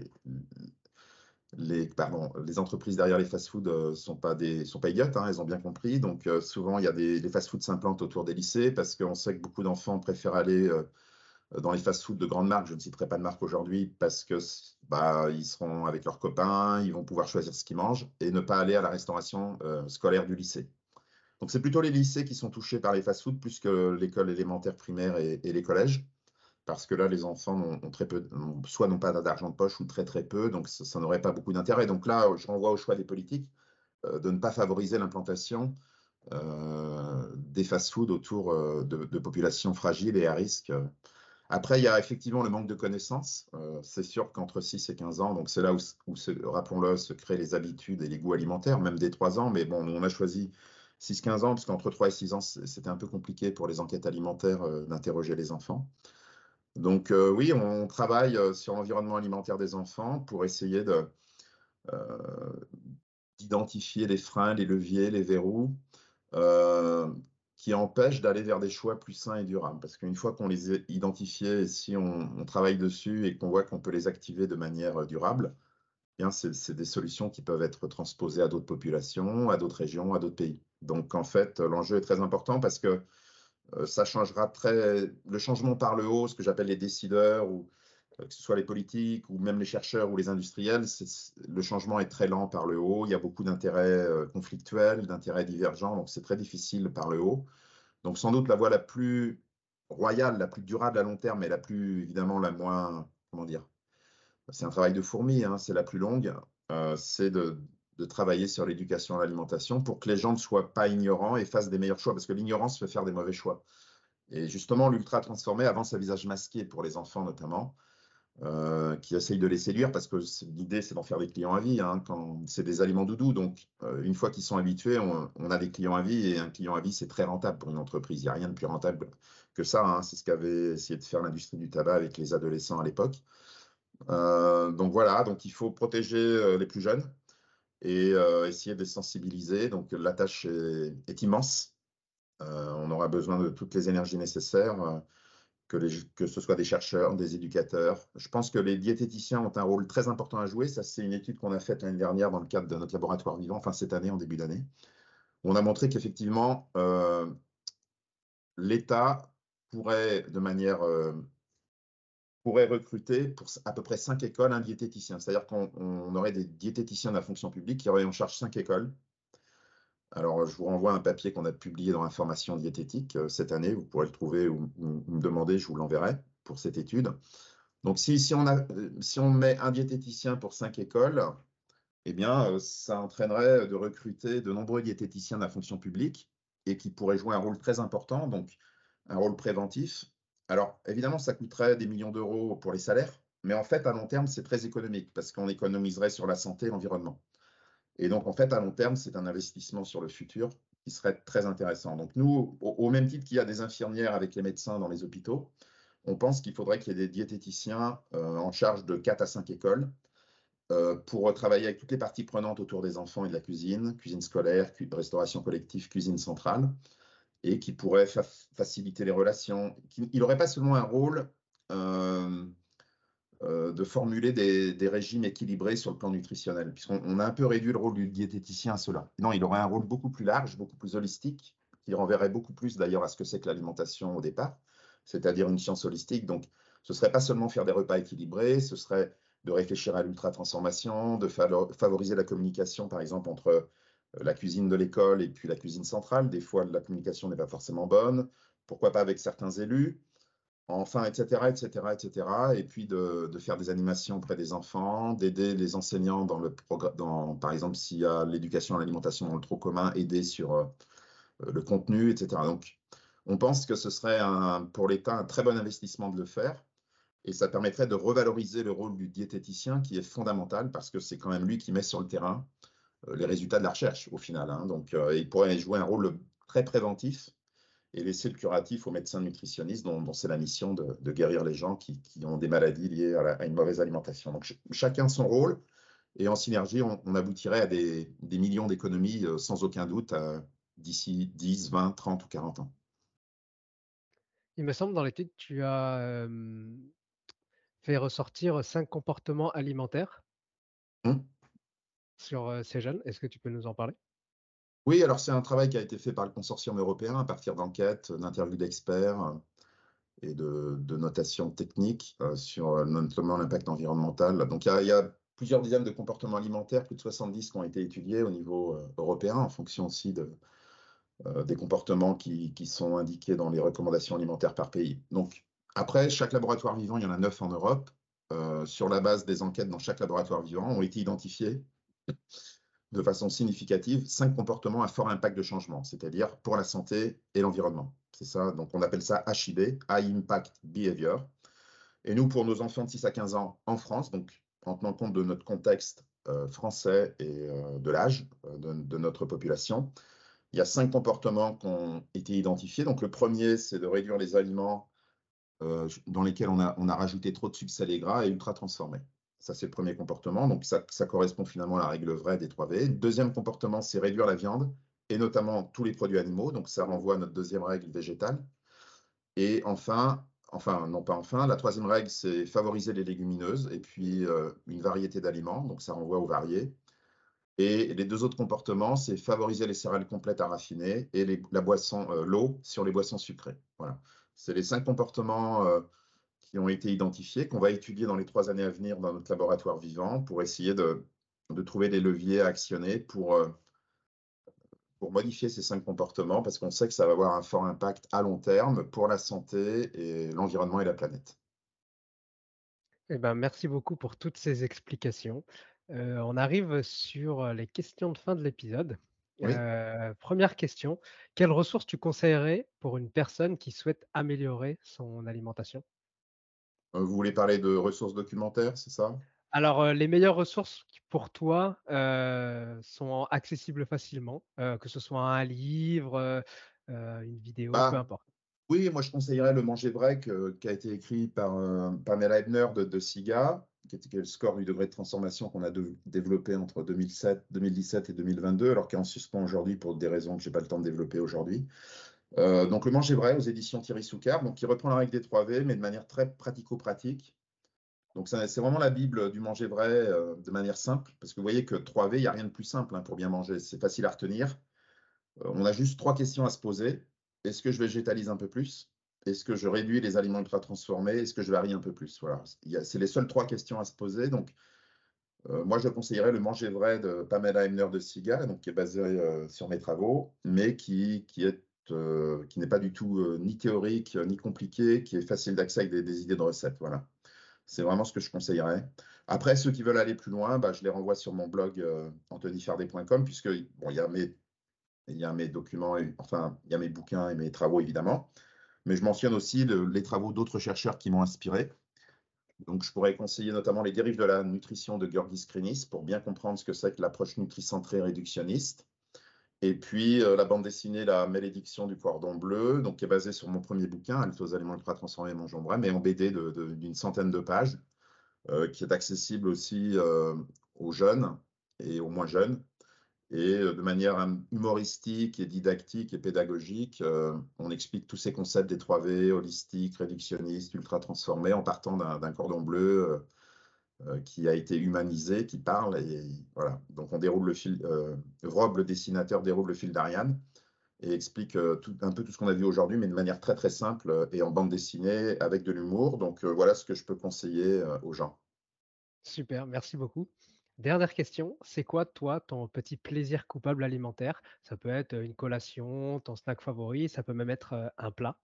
F: les entreprises derrière les fast-foods sont pas idiotes, hein, elles ont bien compris. Donc souvent, il y a les fast-foods s'implantent autour des lycées parce qu'on sait que beaucoup d'enfants préfèrent aller dans les fast-foods de grandes marques. Je ne citerai pas de marque aujourd'hui parce que ils seront avec leurs copains, ils vont pouvoir choisir ce qu'ils mangent et ne pas aller à la restauration scolaire du lycée. Donc c'est plutôt les lycées qui sont touchés par les fast-foods plus que l'école élémentaire primaire et les collèges. Parce que là, les enfants ont très peu, soit n'ont pas d'argent de poche ou très très peu, donc ça n'aurait pas beaucoup d'intérêt. Donc là, je renvoie au choix des politiques de ne pas favoriser l'implantation des fast-foods autour de populations fragiles et à risque. Après, il y a effectivement le manque de connaissances. C'est sûr qu'entre 6 et 15 ans, donc c'est là rappelons-le, se créent les habitudes et les goûts alimentaires, même dès 3 ans. Mais bon, nous, on a choisi 6-15 ans, parce qu'entre 3 et 6 ans, c'était un peu compliqué pour les enquêtes alimentaires d'interroger les enfants. Donc oui, on travaille sur l'environnement alimentaire des enfants pour essayer euh, d'identifier les freins, les leviers, les verrous euh, qui empêchent d'aller vers des choix plus sains et durables. Parce qu'une fois qu'on les a identifiés, et si on travaille dessus et qu'on voit qu'on peut les activer de manière durable, eh bien c'est des solutions qui peuvent être transposées à d'autres populations, à d'autres régions, à d'autres pays. Donc en fait, l'enjeu est très important parce que ça changera le changement par le haut, ce que j'appelle les décideurs, ou que ce soit les politiques ou même les chercheurs ou les industriels, le changement est très lent par le haut. Il y a beaucoup d'intérêts conflictuels, d'intérêts divergents, donc c'est très difficile par le haut. Donc sans doute la voie la plus royale, la plus durable à long terme, et la plus évidemment la moins, comment dire, c'est un travail de fourmi, hein, c'est la plus longue, c'est de travailler sur l'éducation à l'alimentation pour que les gens ne soient pas ignorants et fassent des meilleurs choix, parce que l'ignorance fait faire des mauvais choix. Et justement, l'ultra transformé avance à visage masqué pour les enfants notamment, qui essayent de les séduire, parce que l'idée c'est d'en faire des clients à vie, hein, quand c'est des aliments doudous. Donc une fois qu'ils sont habitués, on a des clients à vie, et un client à vie c'est très rentable pour une entreprise. Il n'y a rien de plus rentable que ça, hein. C'est ce qu'avait essayé de faire l'industrie du tabac avec les adolescents à l'époque. Donc voilà, donc il faut protéger les plus jeunes et essayer de les sensibiliser. Donc la tâche est immense. On aura besoin de toutes les énergies nécessaires, que ce soit des chercheurs, des éducateurs. Je pense que les diététiciens ont un rôle très important à jouer. Ça, c'est une étude qu'on a faite l'année dernière dans le cadre de notre laboratoire vivant, enfin cette année, en début d'année. On a montré qu'effectivement, l'État pourrait, pourrait recruter pour à peu près 5 écoles un diététicien. C'est-à-dire qu'on aurait des diététiciens de la fonction publique qui auraient en charge 5 écoles. Alors, je vous renvoie un papier qu'on a publié dans Information diététique cette année. Vous pourrez le trouver ou me demander, je vous l'enverrai pour cette étude. Donc, si on met un diététicien pour 5 écoles, eh bien, ça entraînerait de recruter de nombreux diététiciens de la fonction publique et qui pourraient jouer un rôle très important, donc un rôle préventif. Alors, évidemment, ça coûterait des millions d'euros pour les salaires, mais en fait, à long terme, c'est très économique parce qu'on économiserait sur la santé et l'environnement. Et donc, en fait, à long terme, c'est un investissement sur le futur qui serait très intéressant. Donc, nous, au même titre qu'il y a des infirmières avec les médecins dans les hôpitaux, on pense qu'il faudrait qu'il y ait des diététiciens en charge de 4 à 5 écoles pour travailler avec toutes les parties prenantes autour des enfants et de la cuisine scolaire, restauration collective, cuisine centrale, et qui pourraient faciliter les relations. Il n'aurait pas seulement un rôle de formuler des régimes équilibrés sur le plan nutritionnel, puisqu'on a un peu réduit le rôle du diététicien à cela. Non, il aurait un rôle beaucoup plus large, beaucoup plus holistique, qui renverrait beaucoup plus d'ailleurs à ce que c'est que l'alimentation au départ, c'est-à-dire une science holistique. Donc, ce ne serait pas seulement faire des repas équilibrés, ce serait de réfléchir à l'ultra-transformation, de favoriser la communication, par exemple, entre la cuisine de l'école et puis la cuisine centrale. Des fois, la communication n'est pas forcément bonne. Pourquoi pas avec certains élus? Enfin, etc., etc., etc. Et puis de faire des animations auprès des enfants, d'aider les enseignants dans le programme, par exemple, s'il y a l'éducation à l'alimentation dans le tronc commun, aider sur le contenu, etc. Donc, on pense que ce serait pour l'État un très bon investissement de le faire. Et ça permettrait de revaloriser le rôle du diététicien qui est fondamental parce que c'est quand même lui qui met sur le terrain les résultats de la recherche au final. Hein. Donc, il pourrait jouer un rôle très préventif et laisser le curatif aux médecins nutritionnistes dont c'est la mission de guérir les gens qui ont des maladies liées à une mauvaise alimentation. Donc, chacun son rôle et en synergie, on aboutirait à des millions d'économies sans aucun doute d'ici 10, 20, 30 ou 40 ans.
E: Il me semble dans l'étude, tu as fait ressortir 5 comportements alimentaires sur ces jeunes. Est-ce que tu peux nous en parler?
F: Oui, alors c'est un travail qui a été fait par le consortium européen à partir d'enquêtes, d'interviews d'experts et de notations techniques sur notamment l'impact environnemental. Donc il y a plusieurs dizaines de comportements alimentaires, plus de 70 qui ont été étudiés au niveau européen en fonction aussi des comportements qui sont indiqués dans les recommandations alimentaires par pays. Donc après, chaque laboratoire vivant, il y en a 9 en Europe. Sur la base des enquêtes dans chaque laboratoire vivant, ont été identifiés de façon significative 5 comportements à fort impact de changement, c'est-à-dire pour la santé et l'environnement. C'est ça, donc on appelle ça HIB, High Impact Behavior. Et nous, pour nos enfants de 6 à 15 ans en France, donc en tenant compte de notre contexte français et de l'âge de notre population, il y a 5 comportements qui ont été identifiés. Donc le premier, c'est de réduire les aliments dans lesquels on a rajouté trop de sucre salé gras et ultra transformés. Ça, c'est le premier comportement. Donc, ça correspond finalement à la règle vraie des 3V. Deuxième comportement, c'est réduire la viande, et notamment tous les produits animaux. Donc, ça renvoie à notre deuxième règle végétale. Et la troisième règle, c'est favoriser les légumineuses, et puis une variété d'aliments. Donc, ça renvoie aux variés. Et les 2 autres comportements, c'est favoriser les céréales complètes à raffiner et l'eau sur les boissons sucrées. Voilà. C'est les 5 comportements qui ont été identifiés, qu'on va étudier dans les 3 années à venir dans notre laboratoire vivant pour essayer de trouver des leviers à actionner pour modifier ces 5 comportements, parce qu'on sait que ça va avoir un fort impact à long terme pour la santé et l'environnement et la planète.
E: Eh ben, merci beaucoup pour toutes ces explications. On arrive sur les questions de fin de l'épisode.
F: Oui.
E: Première question, quelles ressources tu conseillerais pour une personne qui souhaite améliorer son alimentation?
F: Vous voulez parler de ressources documentaires, c'est ça?
E: Alors, les meilleures ressources qui pour toi, sont accessibles facilement, que ce soit un livre, une vidéo, peu importe.
F: Oui, moi je conseillerais Le Manger Vrai qui a été écrit par Pamela Ebner de SIGA, qui est le score du degré de transformation qu'on a développé entre 2017 et 2022, alors qui est en suspens aujourd'hui pour des raisons que je n'ai pas le temps de développer aujourd'hui. Donc Le Manger Vrai aux éditions Thierry Soucard, donc qui reprend la règle des 3V, mais de manière très pratico-pratique. Donc c'est vraiment la Bible du manger vrai de manière simple, parce que vous voyez que 3V, il n'y a rien de plus simple pour bien manger, c'est facile à retenir. On a juste 3 questions à se poser. Est-ce que je végétalise un peu plus? Est-ce que je réduis les aliments ultra transformés? Est-ce que je varie un peu plus? Voilà, c'est les seules 3 questions à se poser. Donc, moi, je conseillerais Le Manger Vrai de Pamela Ebner de SIGA, donc qui est basé sur mes travaux, mais qui n'est pas du tout ni théorique, ni compliqué, qui est facile d'accès avec des idées de recettes. Voilà. C'est vraiment ce que je conseillerais. Après, ceux qui veulent aller plus loin, je les renvoie sur mon blog anthonyfardet.com, puisque bon, il y a mes documents, il y a mes bouquins et mes travaux, évidemment. Mais je mentionne aussi les travaux d'autres chercheurs qui m'ont inspiré. Donc, je pourrais conseiller notamment Les dérives de la nutrition de Georgi Skrinis pour bien comprendre ce que c'est que l'approche nutricentrée réductionniste. Et puis la bande dessinée La Malédiction du Poiredon Bleu, donc, qui est basée sur mon premier bouquin, Halte aux aliments ultra transformés, mangeons vrai, mais en BD d'une centaine de pages, qui est accessible aussi aux jeunes et aux moins jeunes. Et de manière humoristique et didactique et pédagogique, on explique tous ces concepts des 3V, holistique, réductionniste, ultra transformé, en partant d'un cordon bleu qui a été humanisé, qui parle. Et voilà. Donc on déroule le fil, Rob, le dessinateur, déroule le fil d'Ariane et explique un peu tout ce qu'on a vu aujourd'hui, mais de manière très très simple et en bande dessinée avec de l'humour. Donc voilà ce que je peux conseiller aux gens.
E: Super, merci beaucoup. Dernière question, c'est quoi toi ton petit plaisir coupable alimentaire? Ça peut être une collation, ton snack favori, ça peut même être un plat.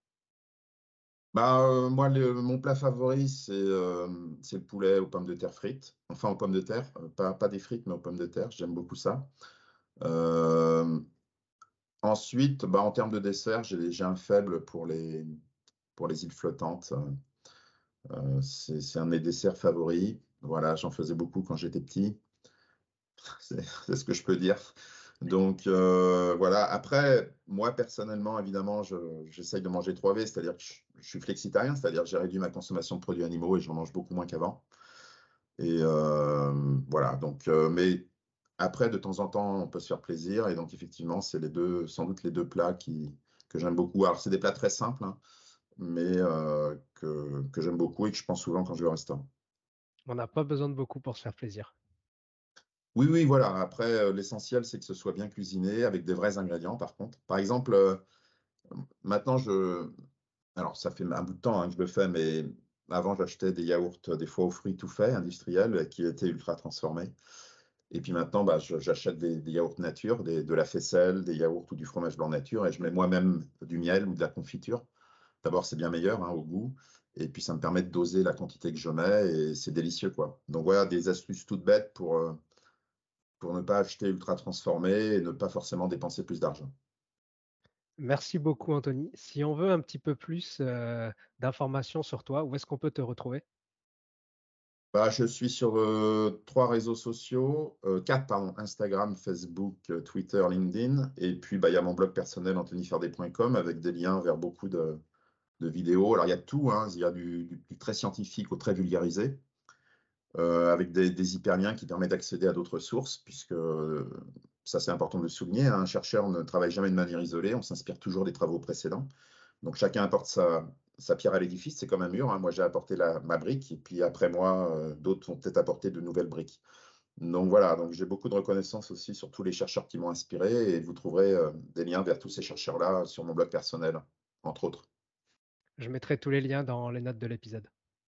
F: Moi, mon plat favori, c'est le poulet aux pommes de terre frites. Enfin, aux pommes de terre, pas des frites, mais aux pommes de terre. J'aime beaucoup ça. Euh, Ensuite, en termes de dessert, j'ai un faible pour les îles flottantes. C'est un de mes desserts favoris. Voilà, j'en faisais beaucoup quand j'étais petit. C'est ce que je peux dire. Donc voilà. Après, moi personnellement, évidemment, j'essaye de manger 3V, c'est-à-dire que je suis flexitarien, c'est-à-dire que j'ai réduit ma consommation de produits animaux et j'en mange beaucoup moins qu'avant. Et voilà. Donc, mais après, de temps en temps, on peut se faire plaisir. Et donc, effectivement, c'est sans doute les deux plats que j'aime beaucoup. Alors, c'est des plats très simples, hein, mais que j'aime beaucoup et que je pense souvent quand je vais au restaurant.
E: On n'a pas besoin de beaucoup pour se faire plaisir.
F: Oui, oui, voilà. Après, l'essentiel, c'est que ce soit bien cuisiné avec des vrais ingrédients, par contre. Par exemple, maintenant, alors ça fait un bout de temps hein, que je le fais, mais avant, j'achetais des yaourts, des fois aux fruits tout faits, industriels, qui étaient ultra transformés. Et puis maintenant, j'achète des yaourts nature, de la faisselle, des yaourts ou du fromage blanc nature, et je mets moi-même du miel ou de la confiture. D'abord, c'est bien meilleur hein, au goût. Et puis, ça me permet de doser la quantité que je mets, et c'est délicieux, quoi. Donc voilà, des astuces toutes bêtes pour ne pas acheter ultra transformé et ne pas forcément dépenser plus d'argent.
E: Merci beaucoup Anthony. Si on veut un petit peu plus d'informations sur toi, où est-ce qu'on peut te retrouver?
F: Je suis sur 3 réseaux sociaux, 4 pardon, Instagram, Facebook, Twitter, LinkedIn. Et puis, il y a mon blog personnel anthonyfardé.com avec des liens vers beaucoup de vidéos. Alors, il y a de tout, hein. Il y a du très scientifique au très vulgarisé, avec des hyperliens qui permettent d'accéder à d'autres sources, puisque ça, c'est important de le souligner, hein, un chercheur ne travaille jamais de manière isolée, on s'inspire toujours des travaux précédents. Donc, chacun apporte sa pierre à l'édifice, c'est comme un mur, hein. Moi, j'ai apporté ma brique, et puis après moi, d'autres vont peut-être apporter de nouvelles briques. Donc voilà, donc j'ai beaucoup de reconnaissance aussi sur tous les chercheurs qui m'ont inspiré, et vous trouverez des liens vers tous ces chercheurs-là sur mon blog personnel, entre autres.
E: Je mettrai tous les liens dans les notes de l'épisode.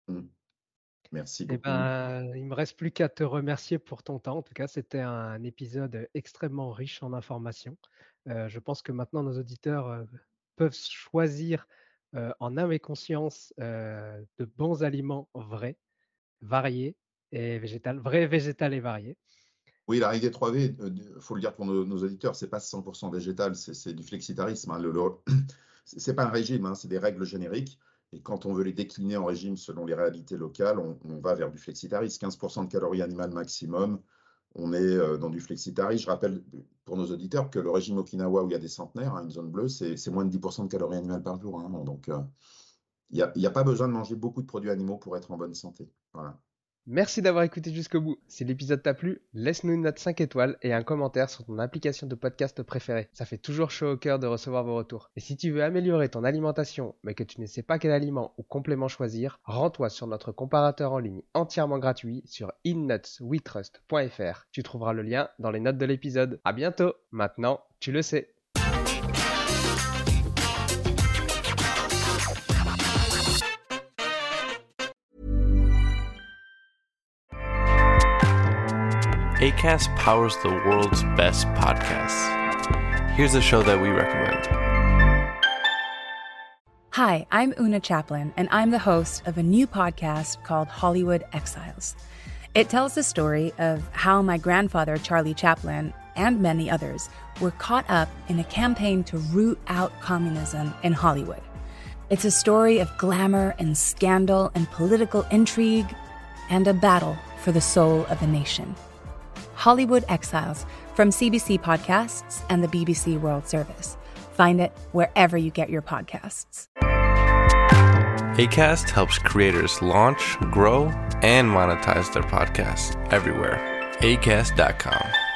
F: Merci
E: Eh
F: beaucoup.
E: ben, il me reste plus qu'à te remercier pour ton temps. En tout cas, c'était un épisode extrêmement riche en informations. Je pense que maintenant nos auditeurs peuvent choisir en âme et conscience de bons aliments vrais, variés et végétal, vrai, végétal et variés.
F: Oui, l'arrivée 3V, il faut le dire pour nos auditeurs, c'est pas 100% végétal, c'est du flexitarisme, hein. C'est pas un régime, hein, c'est des règles génériques. Et quand on veut les décliner en régime selon les réalités locales, on va vers du flexitarisme. 15% de calories animales maximum, on est dans du flexitarisme. Je rappelle pour nos auditeurs que le régime Okinawa, où il y a des centenaires, hein, une zone bleue, c'est moins de 10% de calories animales par jour, hein. Donc, il n'y a pas besoin de manger beaucoup de produits animaux pour être en bonne santé. Voilà.
E: Merci d'avoir écouté jusqu'au bout. Si l'épisode t'a plu, laisse-nous une note 5 étoiles et un commentaire sur ton application de podcast préférée. Ça fait toujours chaud au cœur de recevoir vos retours. Et si tu veux améliorer ton alimentation, mais que tu ne sais pas quel aliment ou complément choisir, rends-toi sur notre comparateur en ligne entièrement gratuit sur innutswetrust.fr. Tu trouveras le lien dans les notes de l'épisode. À bientôt. Maintenant, tu le sais.
B: Acast powers the world's best podcasts. Here's a show that we recommend.
C: Hi, I'm Una Chaplin, and I'm the host of a new podcast called Hollywood Exiles. It tells the story of how my grandfather, Charlie Chaplin, and many others were caught up in a campaign to root out communism in Hollywood. It's a story of glamour and scandal and political intrigue and a battle for the soul of a nation. Hollywood Exiles from CBC Podcasts and the BBC World Service. Find it wherever you get your podcasts.
B: Acast helps creators launch, grow, and monetize their podcasts everywhere. Acast.com.